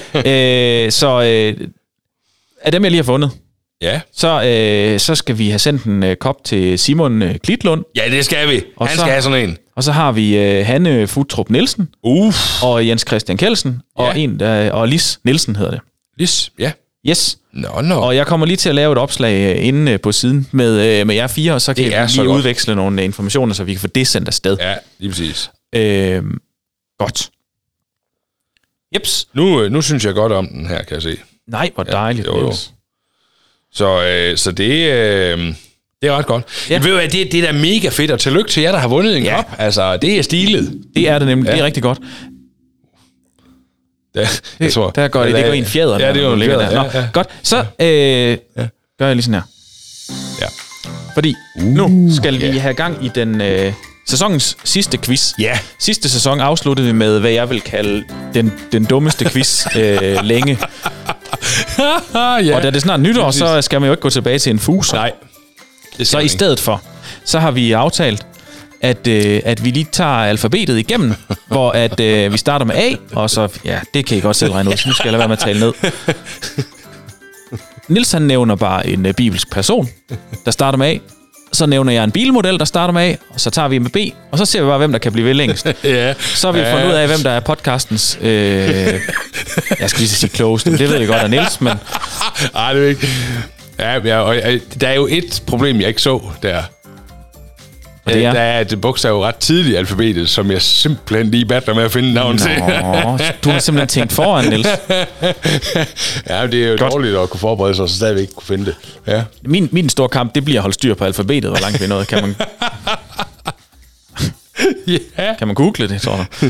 Speaker 2: Af dem, jeg lige har fundet, så skal vi have sendt en kop til Simon Klitlund.
Speaker 3: Ja, det skal vi. Han skal have sådan en.
Speaker 2: Og så har vi Hanne Futtrup Nielsen. Og Jens Christian Kjeldsen. Og Lis Nielsen hedder det.
Speaker 3: Lis, ja.
Speaker 2: Yes. Og jeg kommer lige til at lave et opslag inde på siden med jer 4, og så kan vi lige udveksle nogle informationer, så vi kan få det sendt afsted.
Speaker 3: Ja, lige præcis.
Speaker 2: Godt. Jeps.
Speaker 3: Nu synes jeg godt om den her, kan jeg se.
Speaker 2: Nej, hvor dejligt.
Speaker 3: Jo. Så det er ret godt. Ja. Ved du hvad, det er da mega fedt, og tillykke til jer, der har vundet en kop. Altså, det er stilet.
Speaker 2: Det er det nemlig. Det er rigtig godt.
Speaker 3: Jeg tror,
Speaker 2: det går i en fjeder.
Speaker 3: Ja, det er jo en fjeder.
Speaker 2: Ja. Godt. Så gør jeg lige sådan her.
Speaker 3: Ja.
Speaker 2: Fordi nu skal vi have gang i den sæsonens sidste quiz.
Speaker 3: Ja.
Speaker 2: Sidste sæson afsluttede vi med, hvad jeg vil kalde den dummeste quiz længe. Og da det er snart nytår, så skal man jo ikke gå tilbage til en fuser.
Speaker 3: Nej.
Speaker 2: Så i stedet for, så har vi aftalt, at vi lige tager alfabetet igennem, hvor at vi starter med A, og så, ja, det kan I godt selv regne ud, så nu skal jeg lade være med at tale ned. Niels han nævner bare en bibelsk person, der starter med A. Så nævner jeg en bilmodel, der starter med A, og så tager vi med B, og så ser vi bare, hvem der kan blive ved længst. Så har vi fundet ud af, hvem der er podcastens, jeg skal lige sige klogeste, det ved jeg godt af Niels, men...
Speaker 3: Ej, det er ikke... Ja, der er jo et problem, jeg ikke så der. Der er et bogstav ret tidligt i alfabetet, som jeg simpelthen lige battler med at finde navn til.
Speaker 2: Du har simpelthen tænkt foran, Niels.
Speaker 3: Ja, det er jo dårligt at kunne forberede sig, og så stadigvæk ikke kunne finde det. Ja.
Speaker 2: Min store kamp, det bliver at holde styr på alfabetet, hvor langt vi er nået. Kan man google det, tror du?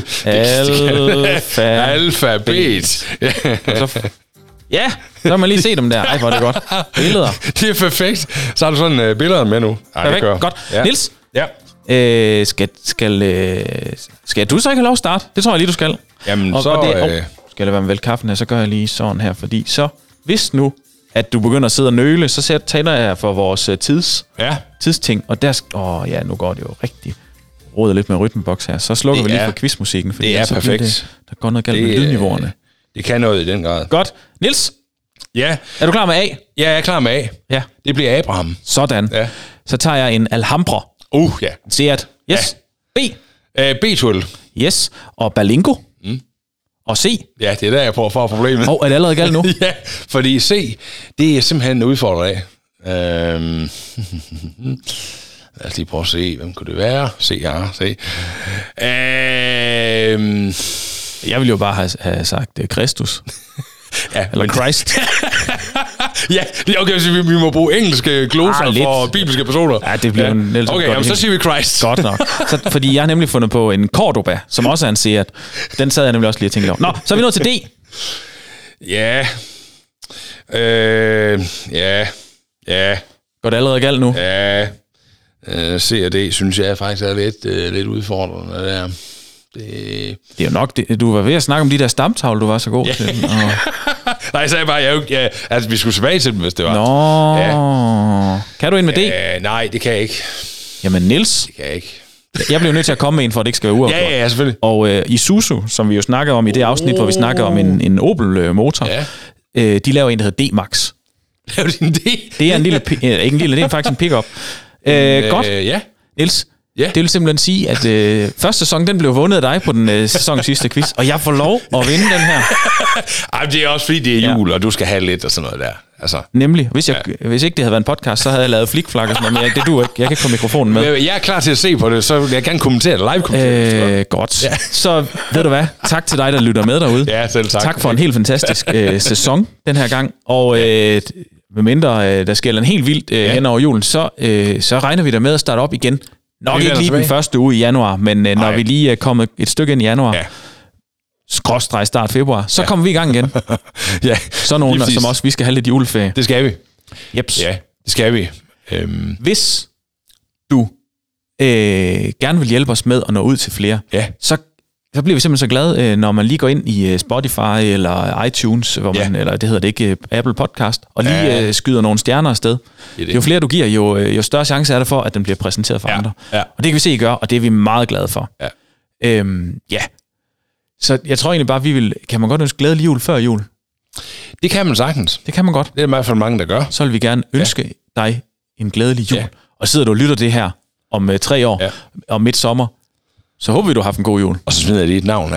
Speaker 3: Alfabet.
Speaker 2: Ja, så har man lige set dem der. Ej, hvor er det godt. Billeder.
Speaker 3: Det er perfekt. Så har du sådan billeder med nu.
Speaker 2: Perfekt, godt. Ja. Niels?
Speaker 3: Ja.
Speaker 2: Skal du så ikke have lov at starte? Det tror jeg lige, du skal.
Speaker 3: Jamen,
Speaker 2: skal jeg lade være med vel kaffen her, så gør jeg lige sådan her, fordi så, hvis nu, at du begynder at sidde og nøle, så taler jeg for vores tidsting, og der, nu går det jo rigtig råder lidt med rytmeboks her, så slukker vi lige for quizmusikken, fordi
Speaker 3: det er perfekt.
Speaker 2: Der går noget galt med lydniveauerne.
Speaker 3: Det kan noget i den grad.
Speaker 2: Godt. Niels?
Speaker 3: Ja.
Speaker 2: Er du klar med A?
Speaker 3: Ja, jeg er klar med A.
Speaker 2: Ja.
Speaker 3: Det bliver Abraham.
Speaker 2: Sådan. Ja. Så tager jeg en Alhambra.
Speaker 3: Ja.
Speaker 2: Seat. Yes.
Speaker 3: Ja. B. B12.
Speaker 2: Yes. Og Berlingo. Og C.
Speaker 3: Ja, det er der, jeg prøver at få problemet.
Speaker 2: Er det allerede galt nu?
Speaker 3: Ja, fordi C, det er simpelthen en udfordring af. Lad os lige prøve at se, hvem kunne det være? C.
Speaker 2: Jeg ville jo bare have sagt Kristus.
Speaker 3: Ja,
Speaker 2: eller Christ.
Speaker 3: Ja, okay, så vi må bruge engelske gloser for bibelske personer.
Speaker 2: Ja, det bliver en
Speaker 3: okay, jamen, så siger vi Christ.
Speaker 2: Godt nok. Fordi jeg har nemlig fundet på en Cordoba, som også er en Seat. Den sad jeg nemlig også lige og tænkte over. Nå, så er vi nået til D.
Speaker 3: Ja.
Speaker 2: Går det allerede galt nu?
Speaker 3: Ja. C og D, synes jeg faktisk er lidt udfordrende der.
Speaker 2: Det er jo nok det. Du var ved at snakke om de der stamtavler, du var så god til.
Speaker 3: Nej, så er jeg bare, altså vi skulle tilbage til dem, hvis det var.
Speaker 2: Nå. Ja. Kan du ind med det?
Speaker 3: Nej, det kan jeg ikke.
Speaker 2: Jamen Niels.
Speaker 3: Det kan jeg ikke.
Speaker 2: Jeg blev nødt til at komme med en, for at det ikke skal være uafgjort.
Speaker 3: Ja, selvfølgelig.
Speaker 2: Og Isuzu, som vi jo snakkede om i det afsnit, hvor vi snakker om en Opel-motor, de laver en, der hedder D-Max.
Speaker 3: Laver de en D?
Speaker 2: Det er en lille, ikke en lille, det er faktisk en pick-up. Godt.
Speaker 3: Ja.
Speaker 2: Niels, det vil simpelthen sige, at første sæson, den blev vundet af dig på den sæsons sidste quiz, og jeg får lov at vinde den her.
Speaker 3: Ej, det er også fordi, det er jul, og du skal have lidt og sådan noget der. Altså.
Speaker 2: Nemlig. Hvis ikke det havde været en podcast, så havde jeg lavet flikflak og sådan noget, men det duer ikke. Jeg kan ikke få mikrofonen med.
Speaker 3: Jeg er klar til at se på det, så vil jeg gerne kommentere det, live-kommentere det.
Speaker 2: Godt. Ja. Så ved du hvad? Tak til dig, der lytter med derude.
Speaker 3: Ja, selv tak.
Speaker 2: Tak for en helt fantastisk sæson den her gang, og medmindre der sker en helt vildt hen over julen, så regner vi da med at starte op igen. Nok ikke lige den første uge i januar, men når vi lige er kommet et stykke ind i januar, skråstreg start februar, så kommer vi i gang igen. Så nogen, som også vi skal have lidt juleferie.
Speaker 3: Det skal vi.
Speaker 2: Jeps.
Speaker 3: Ja, det skal vi.
Speaker 2: Hvis du gerne vil hjælpe os med at nå ud til flere, så bliver vi simpelthen så glade, når man lige går ind i Spotify eller iTunes, hvor man, eller det hedder det ikke, Apple Podcast, og lige skyder nogle stjerner afsted. Jo flere du giver, jo større chance er det for, at den bliver præsenteret for andre. Ja. Og det kan vi se, I gør, og det er vi meget glade for. Ja. Så jeg tror egentlig bare, kan man godt ønske glædelig jul før jul?
Speaker 3: Det kan man sagtens.
Speaker 2: Det kan man godt.
Speaker 3: Det er i hvert fald mange, der gør.
Speaker 2: Så vil vi gerne ønske dig en glædelig jul. Og sidder du og lytter det her om 3 år, om midt sommer, så håber vi, du har haft en god jul.
Speaker 3: Og så smider jeg lige et navn her.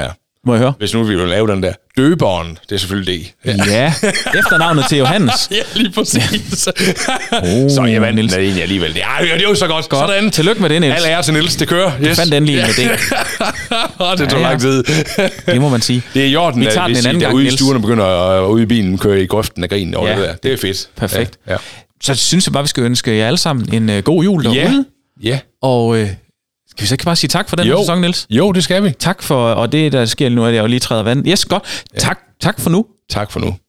Speaker 2: må jeg høre.
Speaker 3: Hvis nu vi vil lave den der døberen, det er selvfølgelig det.
Speaker 2: Ja, efternavnet til Johannes.
Speaker 3: Ja, lige præcis. Så jeg vandt Niels alligevel. Ja, det er jo så godt. Sådan.
Speaker 2: Tillykke med det, Niels.
Speaker 3: Alle ære til Niels, det kører.
Speaker 2: Yes. Du fandt endelig med det.
Speaker 3: Det tog lang tid.
Speaker 2: Det må man sige.
Speaker 3: Det er i orden,
Speaker 2: vi tager den en anden gang,
Speaker 3: ude i
Speaker 2: Niels.
Speaker 3: stuen og begynder at ude i bilen køre i grøften af grinen over det der. Det er fedt.
Speaker 2: Perfekt.
Speaker 3: Ja.
Speaker 2: Så synes jeg bare, vi skal ønske jer alle sammen en god jul derude.
Speaker 3: Ja.
Speaker 2: Og skal vi så ikke bare sige tak for den her sæson, Niels?
Speaker 3: Jo, det skal vi.
Speaker 2: Tak for, og det der sker nu, at jeg jo lige træder vand. Yes, godt. Tak for nu.
Speaker 3: Tak for nu.